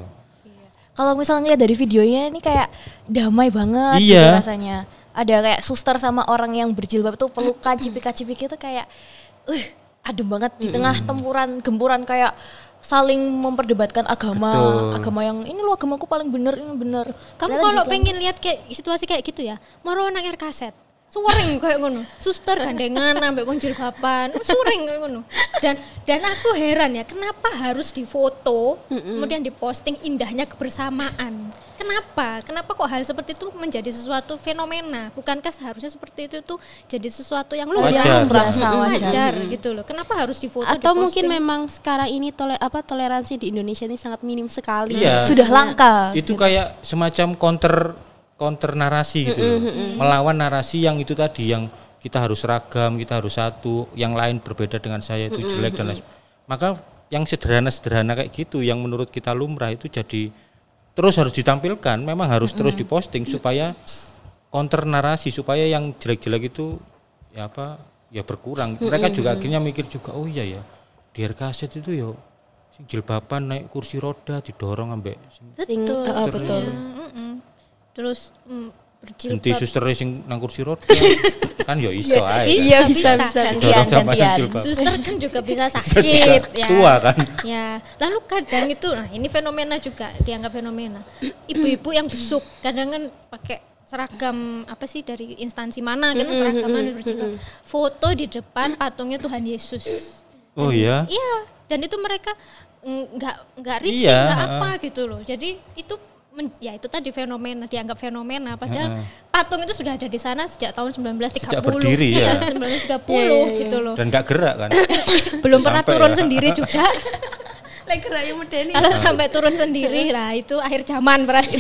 Kalau misalnya ngeliat dari videonya ini kayak damai banget Iya. gitu rasanya. Ada kayak suster sama orang yang berjilbab tuh pelukan cipika-cipiki itu kayak uh adem banget di tengah tempuran gempuran kayak saling memperdebatkan agama, Betul. agama yang ini lo agamaku paling bener, ini bener. Kamu Ternyata kalau di pengen lihat kayak situasi kayak gitu ya, mau anak air kaset. Suring kayak ngono. Suster gandengan ambek wong jilbaban. Suring kayak ngono. Dan dan aku heran ya, kenapa harus difoto, kemudian diposting indahnya kebersamaan. Kenapa? Kenapa kok hal seperti itu menjadi sesuatu fenomena? Bukankah seharusnya seperti itu tuh jadi sesuatu yang lumrah, Wajar. Biasa, Mm, wajar. wajar gitu loh. Kenapa harus difoto Atau diposting? mungkin memang sekarang ini tole, apa toleransi di Indonesia ini sangat minim sekali. Iya. Sudah langka. Itu kayak semacam counter counter narasi gitu loh. Melawan narasi yang itu tadi yang kita harus seragam, kita harus satu, yang lain berbeda dengan saya itu jelek dan lain. Maka yang sederhana-sederhana kayak gitu yang menurut kita lumrah itu jadi terus harus ditampilkan, memang harus terus diposting supaya counter narasi, supaya yang jelek-jelek itu ya apa ya berkurang. Mereka juga akhirnya mikir juga, oh iya ya di R K Z itu ya sing jilbaban naik kursi roda didorong ambek sing Sing- Betul. eh, eh, betul. Mm-mm. Terus mm, berjilbab. ganti suster sing nang kursi roda kan ya iso ae. Iya, bisa, bisa. bisa. Didorong Gantian, sama gantian. jilbab. Suster kan juga bisa sakit ya. Tua kan. Ya, lalu kadang itu, nah ini fenomena juga dianggap fenomena. Ibu-ibu yang besuk, kadang kan pakai seragam apa sih dari instansi mana kan seragaman berjilbab. Foto di depan patungnya Tuhan Yesus. Oh iya. Iya, dan itu mereka mm, nggak nggak risih, Iya, nggak heeh. apa gitu loh. Jadi itu men- ya itu tadi fenomena, dianggap fenomena padahal Heeh. patung itu sudah ada di sana sejak tahun sembilan belas tiga puluh. Sejak berdiri, Iya, ya. seribu sembilan ratus tiga puluh gitu loh. Dan nggak gerak kan. Belum pernah Sampai turun ya. sendiri juga. Lek rayu medeni. Kalau sampai turun sendiri, nah itu akhir zaman berarti.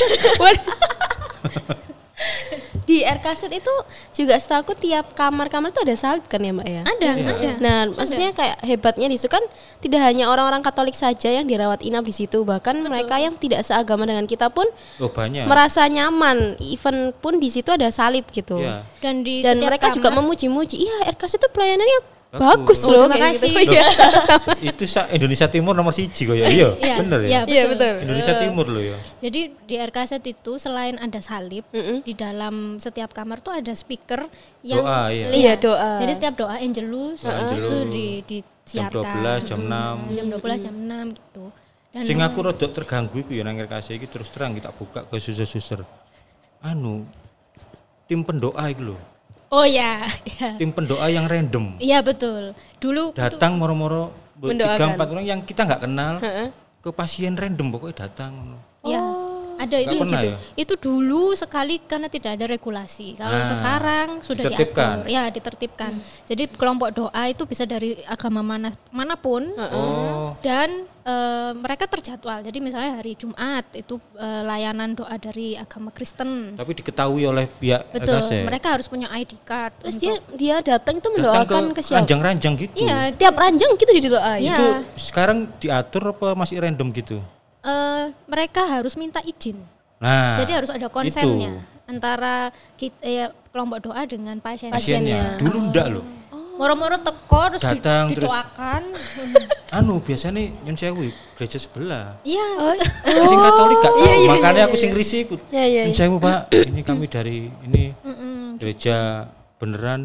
Di R K Z itu juga setahu aku tiap kamar-kamar tuh ada salib kan ya Mbak ya? Ada, ada. Nah, maksudnya kayak hebatnya di situ kan tidak hanya orang-orang Katolik saja yang dirawat inap di situ, bahkan mereka yang tidak seagama dengan kita pun Oh banyak. merasa nyaman. Even pun di situ ada salib gitu. Iya. Dan di Dan setiap mereka juga kamar- memuji-muji, iya R K Z itu pelayanannya Bagus. bagus, Oh, loh. terima kayak kasih. gitu. Iya, sama-sama. Itu sa Indonesia Timur nomor siji kok ya. Iya, Iya, bener ya. iya, Iya betul. Indonesia Timur loh ya. Jadi di R K Z itu selain ada salib, di dalam setiap kamar tuh ada speaker yang Doa, iya. Iya, doa. Jadi setiap doa Angelus Doa itu Angelus. di Jam disiarkan. dua belas, jam enam. jam dua belas, jam enam gitu. Dan Sing aku rodok terganggu iku ya nang R K Z iki terus terang kita buka ke suster-suster. Anu tim pendoa iku lho. oh ya, ya. Tim pendoa yang random. Iya betul. Dulu itu- Datang moro-moro be- tiga Mendoakan. empat orang yang kita nggak kenal. Heeh. Ke pasien random pokoknya datang. ya, ada itu Nggak pernah gitu. ya? Itu dulu sekali karena tidak ada regulasi. Kalau Nah, sekarang sudah ditertibkan. diatur, ya ditertibkan. Jadi kelompok doa itu bisa dari agama mana manapun. Oh. Dan eh, mereka terjadwal. Jadi misalnya hari Jumat itu eh, layanan doa dari agama Kristen. Tapi diketahui oleh pihak Betul. R K Z. Mereka harus punya I D card. Terus untuk- dia dia datang itu Datang mendoakan ke, ke siapa? ranjang-ranjang gitu. Iya, Tiap ranjang gitu didoain. Iya. Itu sekarang diatur apa masih random gitu? eh, mereka harus minta izin. Nah, Jadi harus ada konsennya antara kita, ya, kelompok doa dengan pasien. pasiennya. Dulu enggak loh. Moro-moro teko terus di- Datang, terus- didoakan. Anu biasanya nyun sewu gereja sebelah. Iya. Sing Katolik gak tahu. Makanya aku sing risih ikut. Iya, iya, Nyun sewu, Pak. Ini kami dari ini Mm-mm. gereja beneran.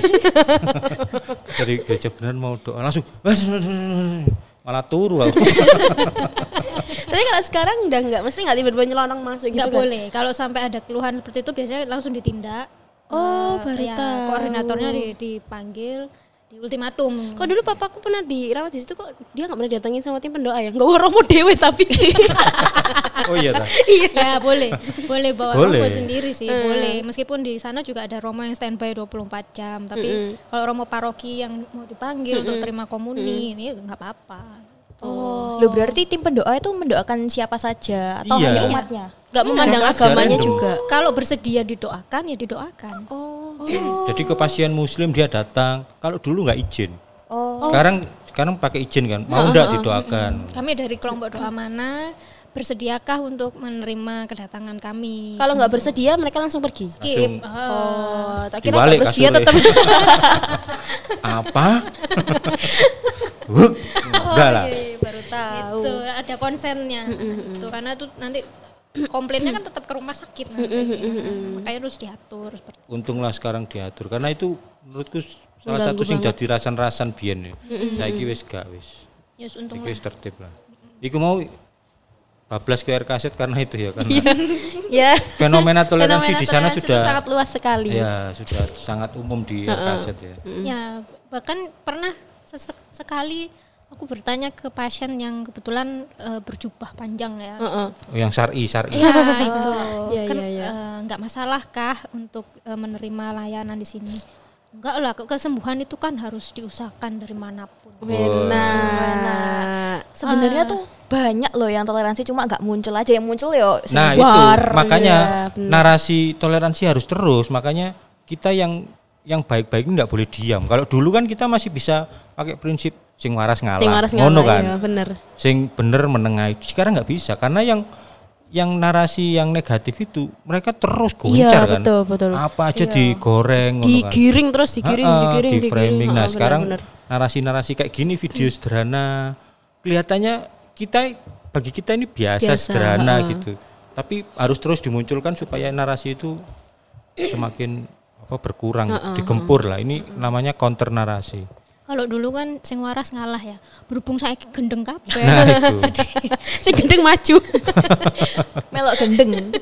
Dari gereja beneran mau doa langsung. Malah turu aku. Tapi kalau sekarang udah enggak, mesti enggak tiba-tiba nyelonong masuk gitu Nggak kan? boleh. Kalau sampai ada keluhan seperti itu biasanya langsung ditindak. Oh, Eh, baru ya, tahu. koordinatornya di- dipanggil di ultimatum. Kok dulu papaku pernah dirawat di situ kok dia nggak pernah datengin sama tim pendoa ya? Nggak romo dewe tapi. Oh iya ta. Ya boleh, boleh bawa Boleh. romo sendiri sih, boleh. Meskipun di sana juga ada romo yang standby dua puluh empat jam, tapi kalau romo paroki yang mau dipanggil untuk terima komuni ini nggak apa-apa. Oh. Loh berarti tim pendoa itu mendoakan siapa saja atau Iya. hanya umatnya? Nggak memandang Siapa aja agamanya random. juga. Kalau bersedia didoakan ya didoakan. Oh. Jadi ke pasien muslim dia datang, kalau dulu nggak izin. Oh. Sekarang sekarang pakai izin kan, mau enggak didoakan. Kami dari kelompok doa mana bersediakah untuk menerima kedatangan kami? Kalau nggak bersedia mereka langsung pergi. Skip. Langsung Oh, tak kira dibalik nggak bersedia kasurnya. tetap. Apa? Huk, enggak lah. Baru tahu. Itu ada konsennya. Itu karena tuh nanti komplainnya kan tetap ke rumah sakit nanti. Makanya harus diatur seperti itu. Untunglah sekarang diatur karena itu menurutku salah Mengganggu satu sing banget. dadi rasan-rasan biyen ya. Saiki wis gak wis. Ya untung Iki wis tertib lah. Iku mau bablas Q R kaset karena itu ya karena Ya. fenomena toleransi Fenomena di sana toleransi sudah itu sangat luas sekali. ya sudah sangat umum di Q R kaset ya. Ya, bahkan pernah sesek- sekali aku bertanya ke pasien yang kebetulan eh, berjubah panjang ya. Heeh. Oh, yang syar'i syar'i. Ya itu Iya, kan iya, iya. eh, nggak masalahkah untuk eh, menerima layanan di sini? Enggak lah, ke- kesembuhan itu kan harus diusahakan dari manapun. Benar. Sebenarnya tuh banyak loh yang toleransi cuma nggak muncul aja, yang muncul ya Nah, itu sebar. makanya iya, benar. narasi toleransi harus terus. Makanya kita yang yang baik-baik ini nggak boleh diam. Kalau dulu kan kita masih bisa pakai prinsip sing waras ngalah. Sing waras Ngono ngalah, kan. iya, bener. Sing bener menengahi. Sekarang nggak bisa karena yang yang narasi yang negatif itu mereka terus goncar Iya, kan. betul, betul. Apa aja digoreng ngono kan. Digiring terus digiring, Ha-ha, digiring, di digiring. framing. Nah, Oh, sekarang benar, narasi-narasi kayak gini video sederhana kelihatannya kita bagi kita ini biasa, Biasa, sederhana ha-ha. gitu. Tapi harus terus dimunculkan supaya narasi itu semakin apa berkurang, digempur lah. Ini namanya counter narasi. Kalau dulu kan sing waras ngalah ya. Berhubung saya gendeng kabeh. Nah, itu. Si gendeng maju. melok gendeng.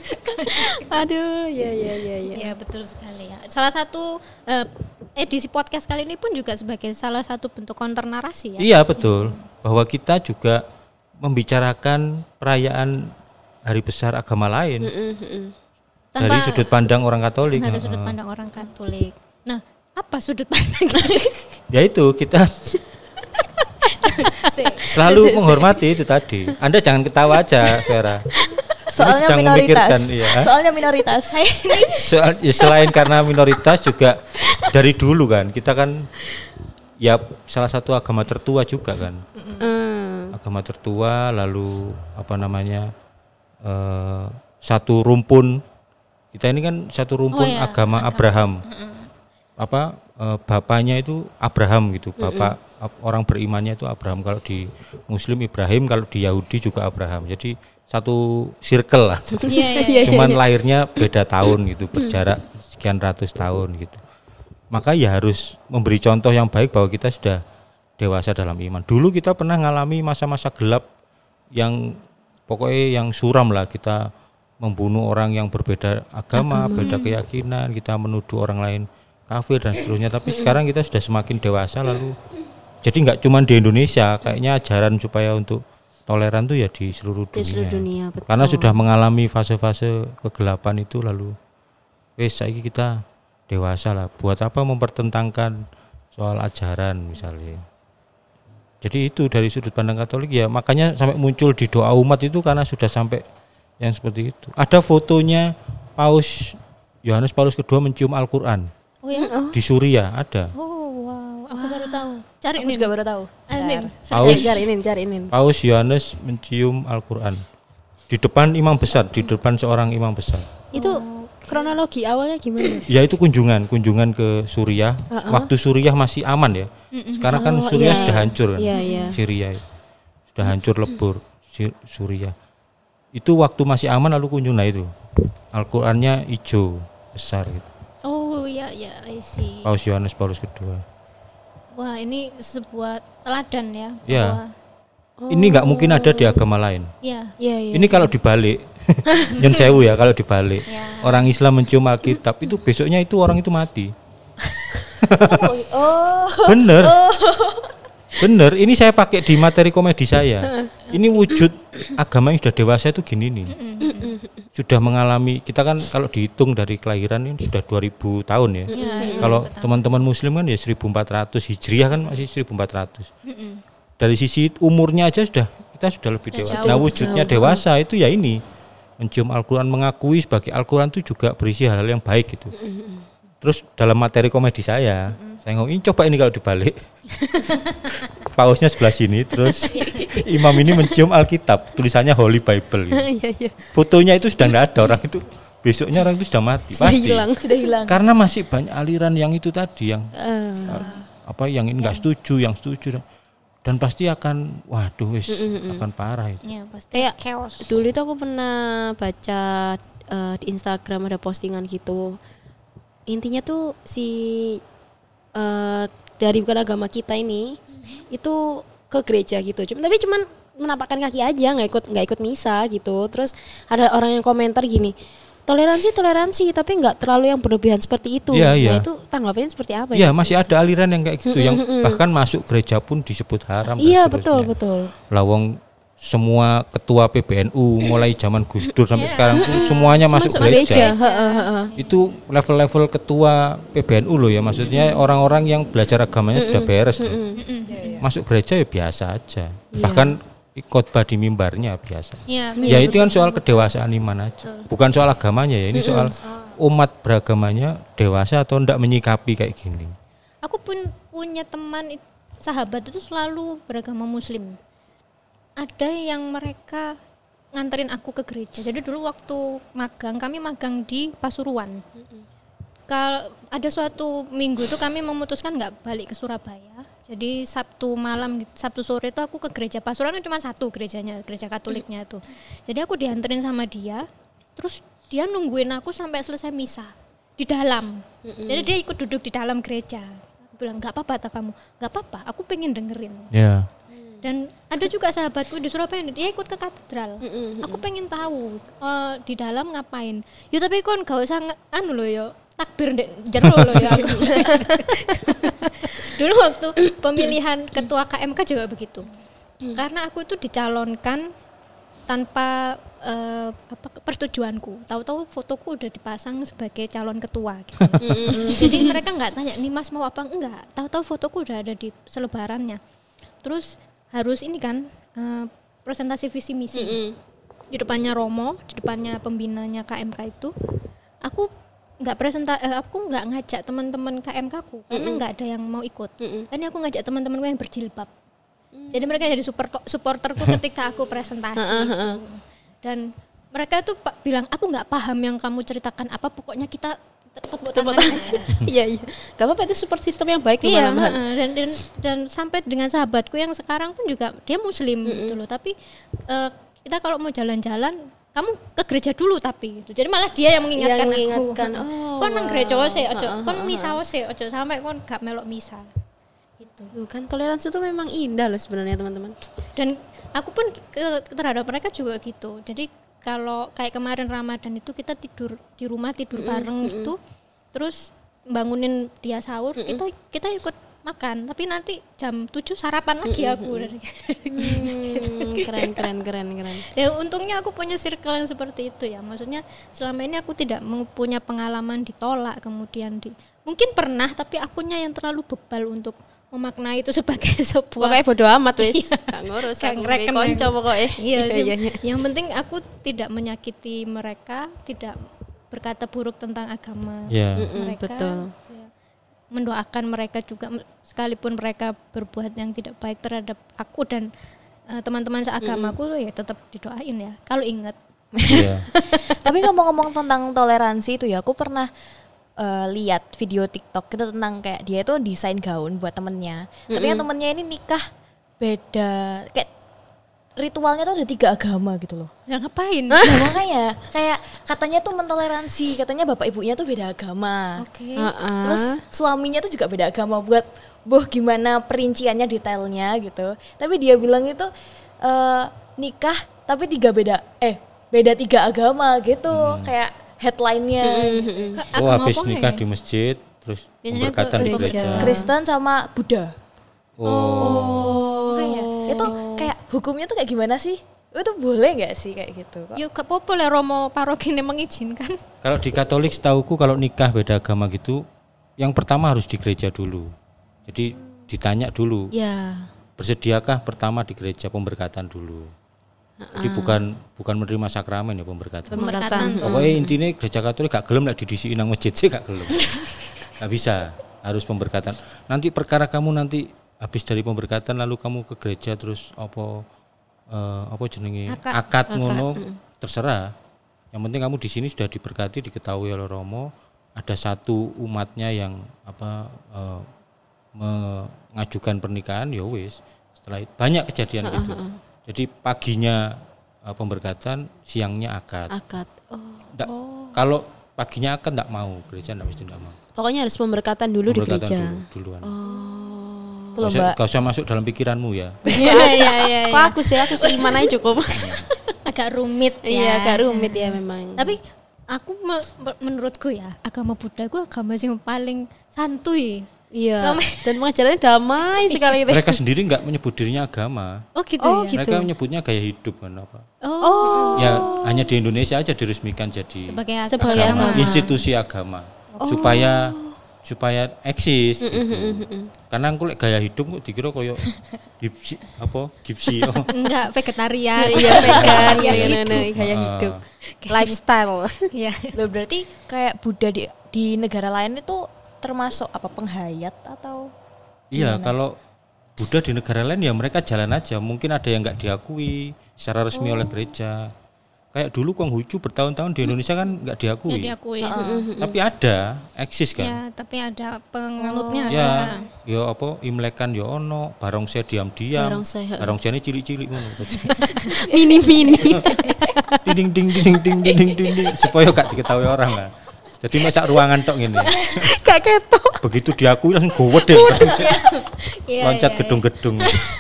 Aduh, ya ya ya ya. Ya betul sekali ya. Salah satu eh, edisi podcast kali ini pun juga sebagai salah satu bentuk counter narasi ya. Iya, betul. Bahwa kita juga membicarakan perayaan hari besar agama lain dari Tanpa sudut pandang orang Katolik. dari sudut Ha-ha. pandang orang Katolik. Nah, apa sudut pandang? Ya itu kita selalu menghormati itu tadi. Anda jangan ketawa aja, Vera. Ini Soalnya sedang minoritas. memikirkan, iya. Soalnya minoritas. Soal, ya selain karena minoritas juga dari dulu kan kita kan ya salah satu agama tertua juga kan. Hmm. Agama tertua lalu apa namanya eh, satu rumpun kita ini kan satu rumpun Oh ya, agama Abraham. Apa eh, bapaknya itu Abraham gitu. Bapak ap- orang berimannya itu Abraham. Kalau di Muslim Ibrahim, kalau di Yahudi juga Abraham. Jadi satu circle lah. Iya, iya. Cuman lahirnya beda tahun gitu, berjarak sekian ratus tahun gitu. Maka ya harus memberi contoh yang baik bahwa kita sudah dewasa dalam iman. Dulu kita pernah ngalami masa-masa gelap yang pokoknya yang suram lah, kita membunuh orang yang berbeda agama, beda keyakinan, kita menuduh orang lain kafir dan seterusnya. Tapi sekarang kita sudah semakin dewasa lalu jadi nggak cuma di Indonesia, kayaknya ajaran supaya untuk toleran tuh ya di seluruh dunia. Di seluruh dunia, betul. Karena sudah mengalami fase-fase kegelapan itu lalu wes saiki kita dewasa lah. Buat apa mempertentangkan soal ajaran misalnya. Jadi itu dari sudut pandang Katolik ya, makanya sampai muncul di doa umat itu karena sudah sampai yang seperti itu. Ada fotonya Paus Yohanes Paulus kedua mencium Al-Qur'an Oh ya. di Suriah ada. Oh wow, aku baru tahu. Cari Aku nih. juga baru tahu. Eh, Nin, Paus Cariin, cariin. Paus Yohanes mencium Al-Qur'an di depan imam besar, di depan seorang imam besar. Itu kronologi awalnya gimana? Ya itu kunjungan, kunjungan ke Suriah. Waktu Suriah masih aman ya. Sekarang kan Oh, Suriah iya. sudah hancur kan. Iya, iya. Syria sudah hancur lebur. Syr- Suriah. Itu waktu masih aman lalu kunjungan itu. Al-Qur'annya hijau besar gitu. Oh ya ya, I see. Paus Yohanes Paulus kedua. Wah, ini sebuah teladan ya. Ya. bahwa- Ini nggak mungkin ada di agama lain. Ya. Iya, iya. Ini kalau dibalik, Nyun sewu ya kalau dibalik. Ya. Orang Islam mencium Alkitab itu besoknya itu orang itu mati. Oh. Bener. Bener, ini saya pakai di materi komedi saya. Ini wujud agama yang sudah dewasa itu gini nih. Sudah mengalami, kita kan kalau dihitung dari kelahiran ini sudah dua ribu tahun ya. Kalau teman-teman muslim kan ya seribu empat ratus, Hijriah kan masih seribu empat ratus. Dari sisi umurnya aja sudah, kita sudah lebih dewasa. Nah wujudnya dewasa itu ya ini. Mencium Al-Quran, mengakui sebagai Al-Quran itu juga berisi hal-hal yang baik gitu. Terus dalam materi komedi saya, mm-hmm. saya ngomong, ini coba ini kalau dibalik. Pausnya sebelah sini, terus imam ini mencium Alkitab, tulisannya Holy Bible. Gitu. Fotonya itu sudah tidak ada, orang itu besoknya orang itu sudah mati. Sudah pasti. hilang, sudah hilang. Karena masih banyak aliran yang itu tadi, yang uh. apa yang ini nggak setuju, yang setuju. Dan pasti akan, waduh wis, mm-hmm. akan parah itu. Ya, pasti kayak chaos. Dulu itu aku pernah baca uh, di Instagram ada postingan gitu. Intinya tuh si uh, dari bukan agama kita ini mm-hmm. itu ke gereja gitu. Cuma tapi cuman menampakkan kaki aja, nggak ikut nggak ikut misa gitu. Terus ada orang yang komentar gini, toleransi toleransi tapi nggak terlalu yang berlebihan seperti itu. Ya, ya. Nah itu tanggapannya seperti apa ya? ya? Masih ada aliran yang kayak gitu, mm-hmm. yang bahkan masuk gereja pun disebut haram. Iya betul betul. Lawang semua ketua P B N U mulai zaman Gus Dur sampai yeah. sekarang tuh semuanya Semua masuk gereja. gereja. Ha, ha, ha. Itu level-level ketua P B N U loh ya, maksudnya mm-hmm. orang-orang yang belajar agamanya mm-hmm. sudah beres. Mm-hmm. Mm-hmm. Masuk gereja ya biasa aja. Yeah. Bahkan khotbah di mimbarnya biasa. Yeah, ya itu kan soal kedewasaan iman aja. Betul. Bukan soal agamanya ya, ini mm-hmm. soal umat beragamanya dewasa atau enggak menyikapi kayak gini. Aku pun punya teman sahabat itu selalu beragama muslim. Ada yang mereka nganterin aku ke gereja. Jadi dulu waktu magang, kami magang di Pasuruan. Mm-hmm. Kalau ada suatu minggu itu kami memutuskan nggak balik ke Surabaya. Jadi Sabtu malam, Sabtu sore itu aku ke gereja Pasuruan, itu cuma satu gerejanya, gereja Katoliknya itu. Jadi aku dianterin sama dia, terus dia nungguin aku sampai selesai misa di dalam. Mm-hmm. Jadi dia ikut duduk di dalam gereja. Aku bilang nggak apa-apa tak kamu, nggak apa-apa. Aku pengen dengerin. Yeah. Dan ada juga sahabatku di Surabaya, dia ikut ke katedral. Mm-hmm. Aku pengen tahu uh, di dalam ngapain. Ya tapi kon gak usah nge- anu loh ya, takbir ndek jero loh ya aku. Dulu waktu pemilihan ketua K M K juga begitu. Mm. Karena aku itu dicalonkan tanpa uh, apa persetujuanku. Tahu-tahu fotoku udah dipasang sebagai calon ketua gitu. Mm-hmm. Jadi mereka enggak tanya, "Nih Mas mau apa?" Enggak. Tahu-tahu fotoku udah ada di selebarannya. Terus harus ini kan uh, presentasi visi misi. Mm-hmm. Di depannya Romo, di depannya pembinanya K M K itu, aku nggak presentasi, eh, aku nggak ngajak teman-teman K M K-ku karena nggak ada yang mau ikut. Mm-hmm. Ini aku ngajak teman-temanku yang berjilbab. Mm-hmm. Jadi mereka jadi super supporterku ketika aku presentasi. Gitu. Dan mereka tuh bilang, aku nggak paham yang kamu ceritakan apa, pokoknya kita tepuk tangan aja. Iya iya. Gak apa-apa, itu support system yang baik. Iya. Uh, dan, dan dan sampai dengan sahabatku yang sekarang pun juga dia muslim mm-hmm. gitu loh. Tapi uh, kita kalau mau jalan-jalan, kamu ke gereja dulu tapi gitu. Jadi malah dia yang mengingatkan, yang mengingatkan aku. Oh, kon nang gereja wae, ojo kon misa wae, ojo sampai kon gak melok misa. Gitu. Tuh kan toleransi itu memang indah loh sebenarnya teman-teman. Dan aku pun ke, terhadap mereka juga gitu. Jadi kalau kayak kemarin Ramadan itu kita tidur di rumah, tidur mm-hmm. bareng mm-hmm. gitu, terus bangunin dia sahur, mm-hmm. kita kita ikut makan, tapi nanti jam tujuh sarapan lagi mm-hmm. aku. hmm, keren keren keren keren. Ya untungnya aku punya circle yang seperti itu ya. Maksudnya selama ini aku tidak punya pengalaman ditolak, kemudian di mungkin pernah, tapi akunya yang terlalu bebal untuk memaknai itu sebagai sebuah pokoknya bodo amat wis gak ngurus aku ngereken konco pokoknya. Iya sih. Yang penting aku tidak menyakiti mereka, tidak berkata buruk tentang agama yeah. mereka. Betul. Ya. Mendoakan mereka juga sekalipun mereka berbuat yang tidak baik terhadap aku dan uh, teman-teman seagamaku mm. ya tetap didoain ya. Kalau ingat. Yeah. Tapi ngomong-ngomong tentang toleransi itu ya, aku pernah Uh, lihat video TikTok itu tentang kayak dia itu desain gaun buat temennya. Mm-hmm. Katanya temennya ini nikah beda, kayak ritualnya tuh ada tiga agama gitu loh. Ya ngapain? Nah, makanya kayak katanya tuh mentoleransi, katanya bapak ibunya tuh beda agama. Oke. Okay. Uh-uh. Terus suaminya tuh juga beda agama, buat boh gimana perinciannya detailnya gitu. Tapi dia bilang itu uh, nikah tapi tiga beda, eh beda tiga agama gitu, hmm. kayak headline-nya. Mm-hmm. Oh habis nikah ya? Di masjid, terus Biasanya ke pemberkatan di gereja. gereja. Kristen sama Buddha. Oh. Makanya itu kayak hukumnya tuh kayak gimana sih? Itu boleh nggak sih kayak gitu? Kok? Yuk gak apa-apa lah Romo paroki ini mengizinkan. Kalau di Katolik setauku kalau nikah beda agama gitu, yang pertama harus di gereja dulu. Jadi ditanya dulu, Ya. bersediakah pertama di gereja pemberkatan dulu. Jadi bukan bukan menerima sakramen ya pemberkatan. Pemberkatan. Pokoknya intinya gereja Katolik gak gelem lek didisi nang masjid sih gak gelem. Gak bisa, harus pemberkatan. Nanti perkara kamu nanti habis dari pemberkatan lalu kamu ke gereja terus apa eh, apa jenenge Akad. akad ngono terserah. Yang penting kamu di sini sudah diberkati, diketahui oleh Romo, ada satu umatnya yang apa eh, mengajukan pernikahan ya wis. Setelah itu banyak kejadian gitu. Jadi paginya uh, pemberkatan, siangnya akad. Akad. Oh. Nggak, kalau paginya akad enggak mau, gereja enggak mesti enggak mau. Pokoknya harus pemberkatan dulu Pemberkatan di gereja. dulu, duluan. Oh. Tuh loh, Gak usah, Mbak. gak usah masuk dalam pikiranmu ya. Iya iya iya. Kok aku sih, aku seiman aja cukup. Agak rumit ya. Iya, agak rumit ya memang. Tapi aku me- me- menurutku ya agama Buddha itu agama yang paling santuy. Iya. Selama- Dan pengajarannya damai sekali itu. Mereka sendiri enggak menyebut dirinya agama. Oh gitu Oh, ya. gitu. Mereka menyebutnya gaya hidup kan apa. Oh, Ya hanya di Indonesia aja diresmikan jadi sebagai agama. Sebagai agama, agama. institusi agama. Supaya supaya eksis gitu. Karena aku lek gaya hidup kok dikira koyo gipsi apa gipsi oh. Enggak vegetarian. Iya, vegan, Iya, iya, gitu. nah, gaya Ah. hidup. Lifestyle. Iya. Loh, berarti kayak Buddha di di negara lain itu termasuk apa penghayat atau Iya, kalau Buddha di negara lain ya mereka jalan aja. Mungkin ada yang nggak diakui secara resmi oleh gereja. Kayak dulu Konghucu bertahun-tahun di Indonesia kan nggak diakui. Jadi aku ya. Tapi ada, eksis kan. Ya, tapi ada penganutnya. Ya, ya apa imlekan ya ono, barongsai diam-diam. Barongsai, heeh. Barongsai ini cilik-cilik ngono. Mini-mini. Ding ding ding ding ding ding ding ding supaya gak diketahui orang lah. Jadi masak ruangan tok ngene. Gak ketok. Begitu diakui langsung gowet deh. Iya, Loncat iya, gedung-gedung.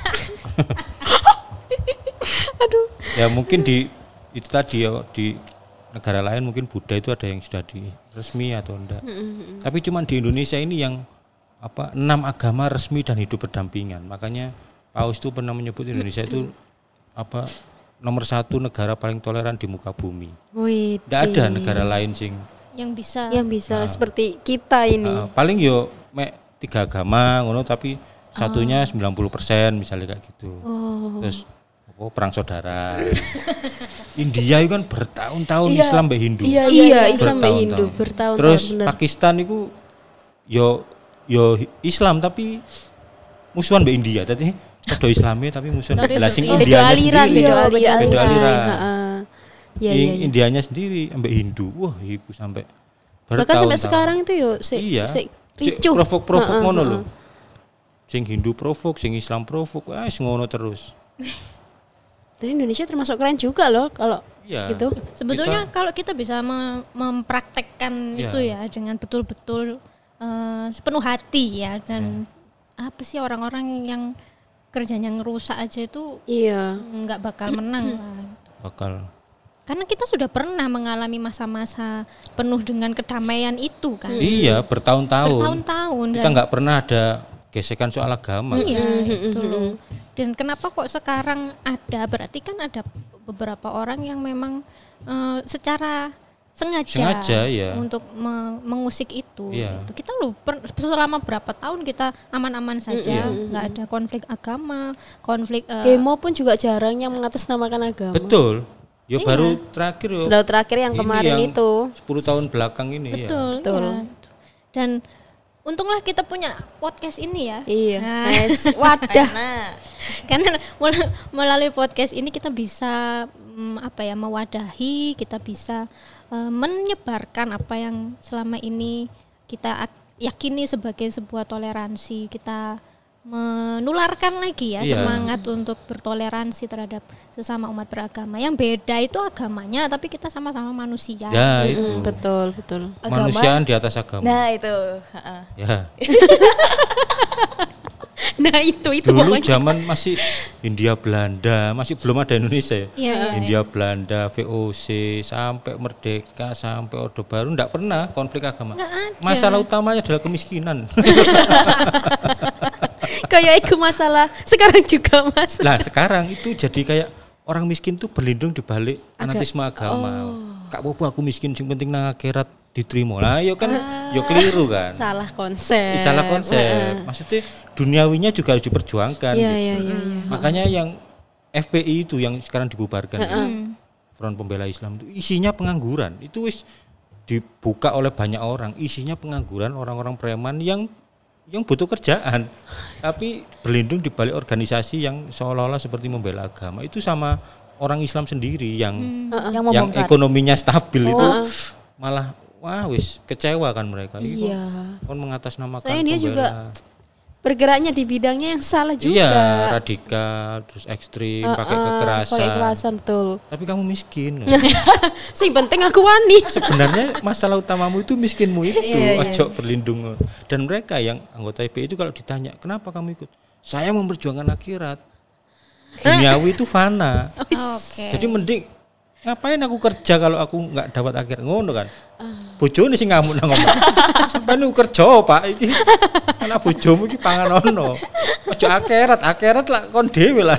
Aduh. Ya mungkin di itu tadi ya di negara lain mungkin Buddha itu ada yang sudah di resmi atau enggak. Tapi cuman di Indonesia ini yang apa enam agama resmi dan hidup berdampingan. Makanya Paus itu pernah menyebut Indonesia itu apa nomor satu negara paling toleran di muka bumi. Wih. Tidak ada negara lain sing yang bisa. Yang bisa seperti kita ini. uh, paling yo mek tiga agama ngono tapi satunya sembilan puluh persen misalnya kayak gitu. Oh. Terus apa perang saudara. India itu kan bertahun-tahun Iya. Islam mbek Hindu. Iya, Iya, Islam dan Bertahun-tahun. Hindu bertahun-tahun Terus bener. Pakistan itu yo yo Islam tapi musuhan mbek India. Jadi padha Islame tapi musuhan Tapi lah sing beda Beda Indianya aliran, sendiri. beda Iya, aliran. beda aliran. Heeh. Iya, Yang iya, iya. Indianya sendiri ambek Hindu. Wah, iku sampai Bahkan sampai bertahun-tahun. sekarang itu yuk si, Iya. si Sik ricuh. provok-provok Heeh, ngono heeh. lho. Sing Hindu provok, sing Islam provok, wis ngono terus. Dan Indonesia termasuk keren juga loh kalau Iya. gitu. Sebetulnya kalau kita bisa mem- mempraktekkan Iya. itu ya dengan betul-betul eh, sepenuh hati ya dan apa sih orang-orang yang kerjanya ngerusak aja itu Iya. nggak bakal menang lah. bakal Karena kita sudah pernah mengalami masa-masa penuh dengan kedamaian itu kan. iya bertahun-tahun. Bertahun-tahun Kita dan nggak pernah ada gesekan soal agama. iya itu loh. Dan kenapa kok sekarang ada? Berarti kan ada beberapa orang yang memang eh, secara sengaja, Sengaja, ya. untuk me- mengusik itu. Iya. Gitu. Kita loh per- selama berapa tahun kita aman-aman saja, nggak ada konflik agama, konflik eh, Demo pun juga jarang yang mengatasnamakan agama. Betul. Yo Iya. baru terakhir yo. Baru terakhir yang ini kemarin yang itu. sepuluh tahun belakang ini ya. betul, Betul. ya. Dan untunglah kita punya podcast ini ya. Iya. Nah, Yes. Wadah. Nah, karena mel- melalui podcast ini kita bisa mm, apa ya mewadahi, kita bisa eh, menyebarkan apa yang selama ini kita ak- yakini sebagai sebuah toleransi. Kita menularkan lagi ya Iya. semangat untuk bertoleransi terhadap sesama umat beragama. Yang beda itu agamanya, tapi kita sama-sama manusia. Ya itu. Mm, betul, betul. agama. Manusiaan di atas agama. Nah, itu. Ha-ha. Ya. Nah itu itu Dulu pokoknya. zaman masih Hindia Belanda, masih belum ada Indonesia ya. Iya, iya, Hindia Belanda, V O C, sampai merdeka, sampai Orde Baru enggak pernah konflik agama. Masalah utamanya adalah kemiskinan. Kayak itu masalah sekarang juga Mas. Lah sekarang itu jadi kayak orang miskin tuh berlindung di balik fanatisme agama. Kak Bobo aku miskin, yang penting nang akhirat diterima. Lah yo kan yo keliru kan. Salah konsep. Salah konsep. Maksudnya duniawinya juga harus diperjuangkan. Iya gitu. iya iya. Ya. Makanya yang F P I itu yang sekarang dibubarkan, gitu. Front Pembela Islam itu isinya pengangguran. Itu wis dibuka oleh banyak orang. Isinya pengangguran, orang-orang preman yang yang butuh kerjaan, tapi berlindung di balik organisasi yang seolah-olah seperti membela agama. Itu sama orang Islam sendiri yang Yang yang membongkar. ekonominya stabil itu malah wah wis kecewa kan mereka. Iya. Kan mengatasnamakan Soalnya dia pembela. juga bergeraknya di bidangnya yang salah juga. Iya, radikal, terus ekstrim, pakai kekerasan. Pakai kekerasan betul. Tapi kamu miskin. Sing penting aku wani. Sebenarnya masalah utamamu itu miskinmu itu, ojo berlindung. Dan mereka yang anggota F P I itu kalau ditanya, "Kenapa kamu ikut?" "Saya memperjuangkan akhirat." Duniawi itu fana. Oke. Jadi mending ngapain aku kerja kalau aku nggak dapat akhirat, ngono kan? Bojone sing ngamuk nang omah. Sampeyan lu kerja, Pak, iki. Ana bojomu iki pangan ono. Ojo akhirat, akhirat lah kon dhewe lah.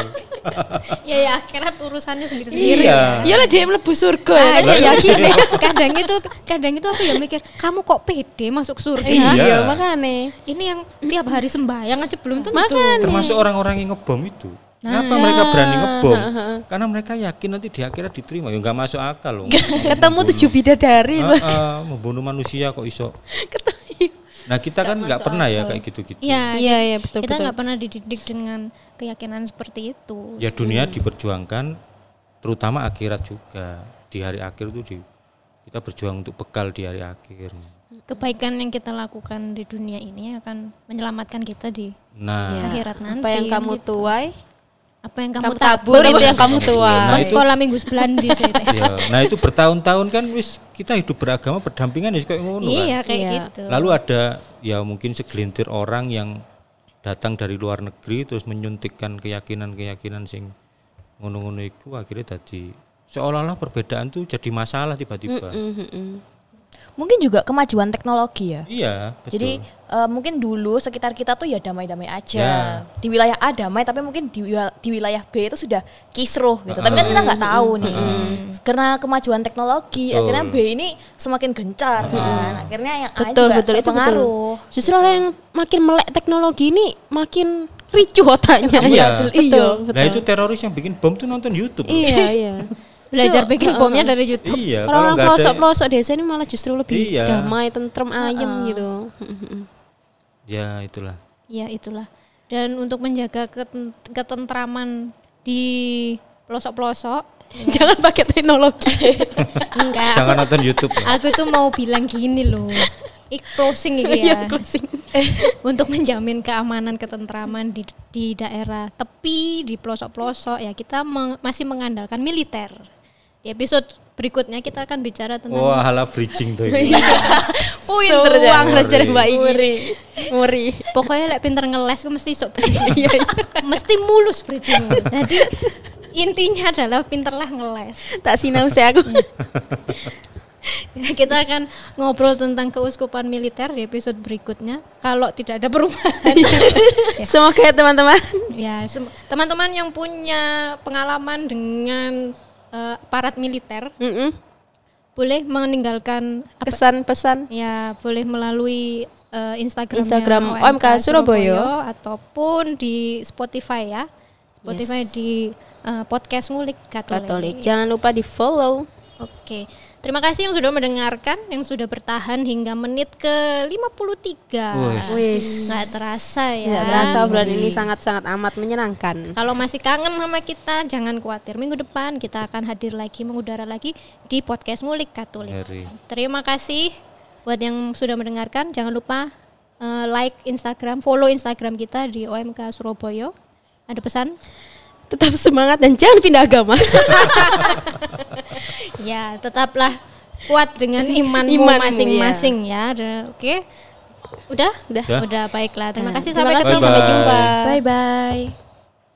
Ya ya akhirat urusannya sendiri-sendiri. Iya. Ya lah dia mlebu surga ya. Ah, Kan iya. yakin ya. kadang itu kadang itu aku ya mikir, kamu kok pede masuk surga? Iya. Iya makane. Ini yang tiap hari sembahyang aja belum tentu. Makanya. Termasuk orang-orang yang ngebom itu. Kenapa mereka berani ngebom? Karena mereka yakin nanti di akhirat diterima. Ya nggak masuk akal loh. Ketemu tujuh bidadari loh. Ah, ah, membunuh manusia kok iso. Nah kita kan nggak pernah ya kayak gitu-gitu. Iya, Iya iya betul kita betul. nggak pernah dididik dengan keyakinan seperti itu. Ya dunia diperjuangkan, terutama akhirat juga. Di hari akhir itu di, kita berjuang untuk bekal di hari akhir. Kebaikan yang kita lakukan di dunia ini akan menyelamatkan kita di Nah, akhirat nanti. Apa yang kamu gitu. tuai, Apa yang kamu kamu tabur itu yang kamu Nah, tuai. itu- sekolah minggu sebelah di sini. ya, nah itu bertahun-tahun kan wis kita hidup beragama berdampingan ya kayak ngono kan. Iya kayak Iya. gitu. Lalu ada ya mungkin segelintir orang yang datang dari luar negeri terus menyuntikkan keyakinan-keyakinan sing ngono-ngono iku akhirnya tadi seolah-olah perbedaan tuh jadi masalah tiba-tiba. Mungkin juga kemajuan teknologi ya. Iya, betul. Jadi eh, mungkin dulu sekitar kita tuh ya damai-damai aja. Ya. Di wilayah A damai, tapi mungkin di, wil- di wilayah B itu sudah kisruh gitu. Tapi kan kita nggak tahu nih. Karena kemajuan teknologi, Betul. akhirnya B ini semakin gencar kan. Akhirnya yang A Betul juga betul itu betul. terpengaruh. Justru orang yang makin melek teknologi ini makin ricuh otaknya. Iya. betul, Iya. betul. Nah itu teroris yang bikin bom tuh nonton YouTube. loh. Iya iya. Belajar bikin bomnya dari YouTube. Iya, kalau Orang-orang nggak ada pelosok-pelosok desa ini malah justru lebih Iya. damai, tentrem, ayem gitu. ya itulah. Ya itulah. Dan untuk menjaga keten- ketentraman di pelosok-pelosok, Jangan pakai teknologi. enggak. Jangan Aku, nonton YouTube. loh. aku tuh mau bilang gini loh. Ik closing gitu Iya ya. closing. Untuk menjamin keamanan ketentraman di di daerah tepi, di pelosok-pelosok ya kita meng- masih mengandalkan militer. Di episode berikutnya kita akan bicara tentang Wah, hala bridging tuh ini. Pinter Suang Ngeri. rencana Mbak Iki. Muri. pokoknya lek pinter ngeles ku mesti sok bridging. Mesti mulus bridging. Jadi intinya adalah pinterlah ngeles. Tak sinau sih aku. Ya, kita akan ngobrol tentang keuskupan militer di episode berikutnya kalau tidak ada perubahan. Semoga ya teman-teman. Ya, sem- teman-teman yang punya pengalaman dengan eh, aparat militer Mm-mm. boleh meninggalkan apa- Kesan pesan. ya boleh melalui eh, Instagram Instagram O M K Surabaya ataupun di Spotify ya. Spotify Yes. di eh, podcast ngulik Katolik. Katolik. Jangan lupa di follow. Oke. Terima kasih yang sudah mendengarkan, yang sudah bertahan hingga menit ke lima puluh tiga. Wes. Wis. Nggak terasa ya. Tidak terasa obrolan ini sangat-sangat amat menyenangkan. Kalau masih kangen sama kita, jangan khawatir. Minggu depan kita akan hadir lagi, mengudara lagi di podcast Ngulik Katolik. Ngeri. Terima kasih buat yang sudah mendengarkan. Jangan lupa eh, like Instagram, follow Instagram kita di O M K Surabaya. Ada pesan? Tetap semangat dan jangan pindah agama. Ya, tetaplah kuat dengan imanmu Imanmu, masing-masing ya. Ada- Oke. Udah? Udah. Udah. Udah, baiklah. Terima Nah, kasih terima sampai kasih, ketemu. sampai jumpa. Bye. Bye bye.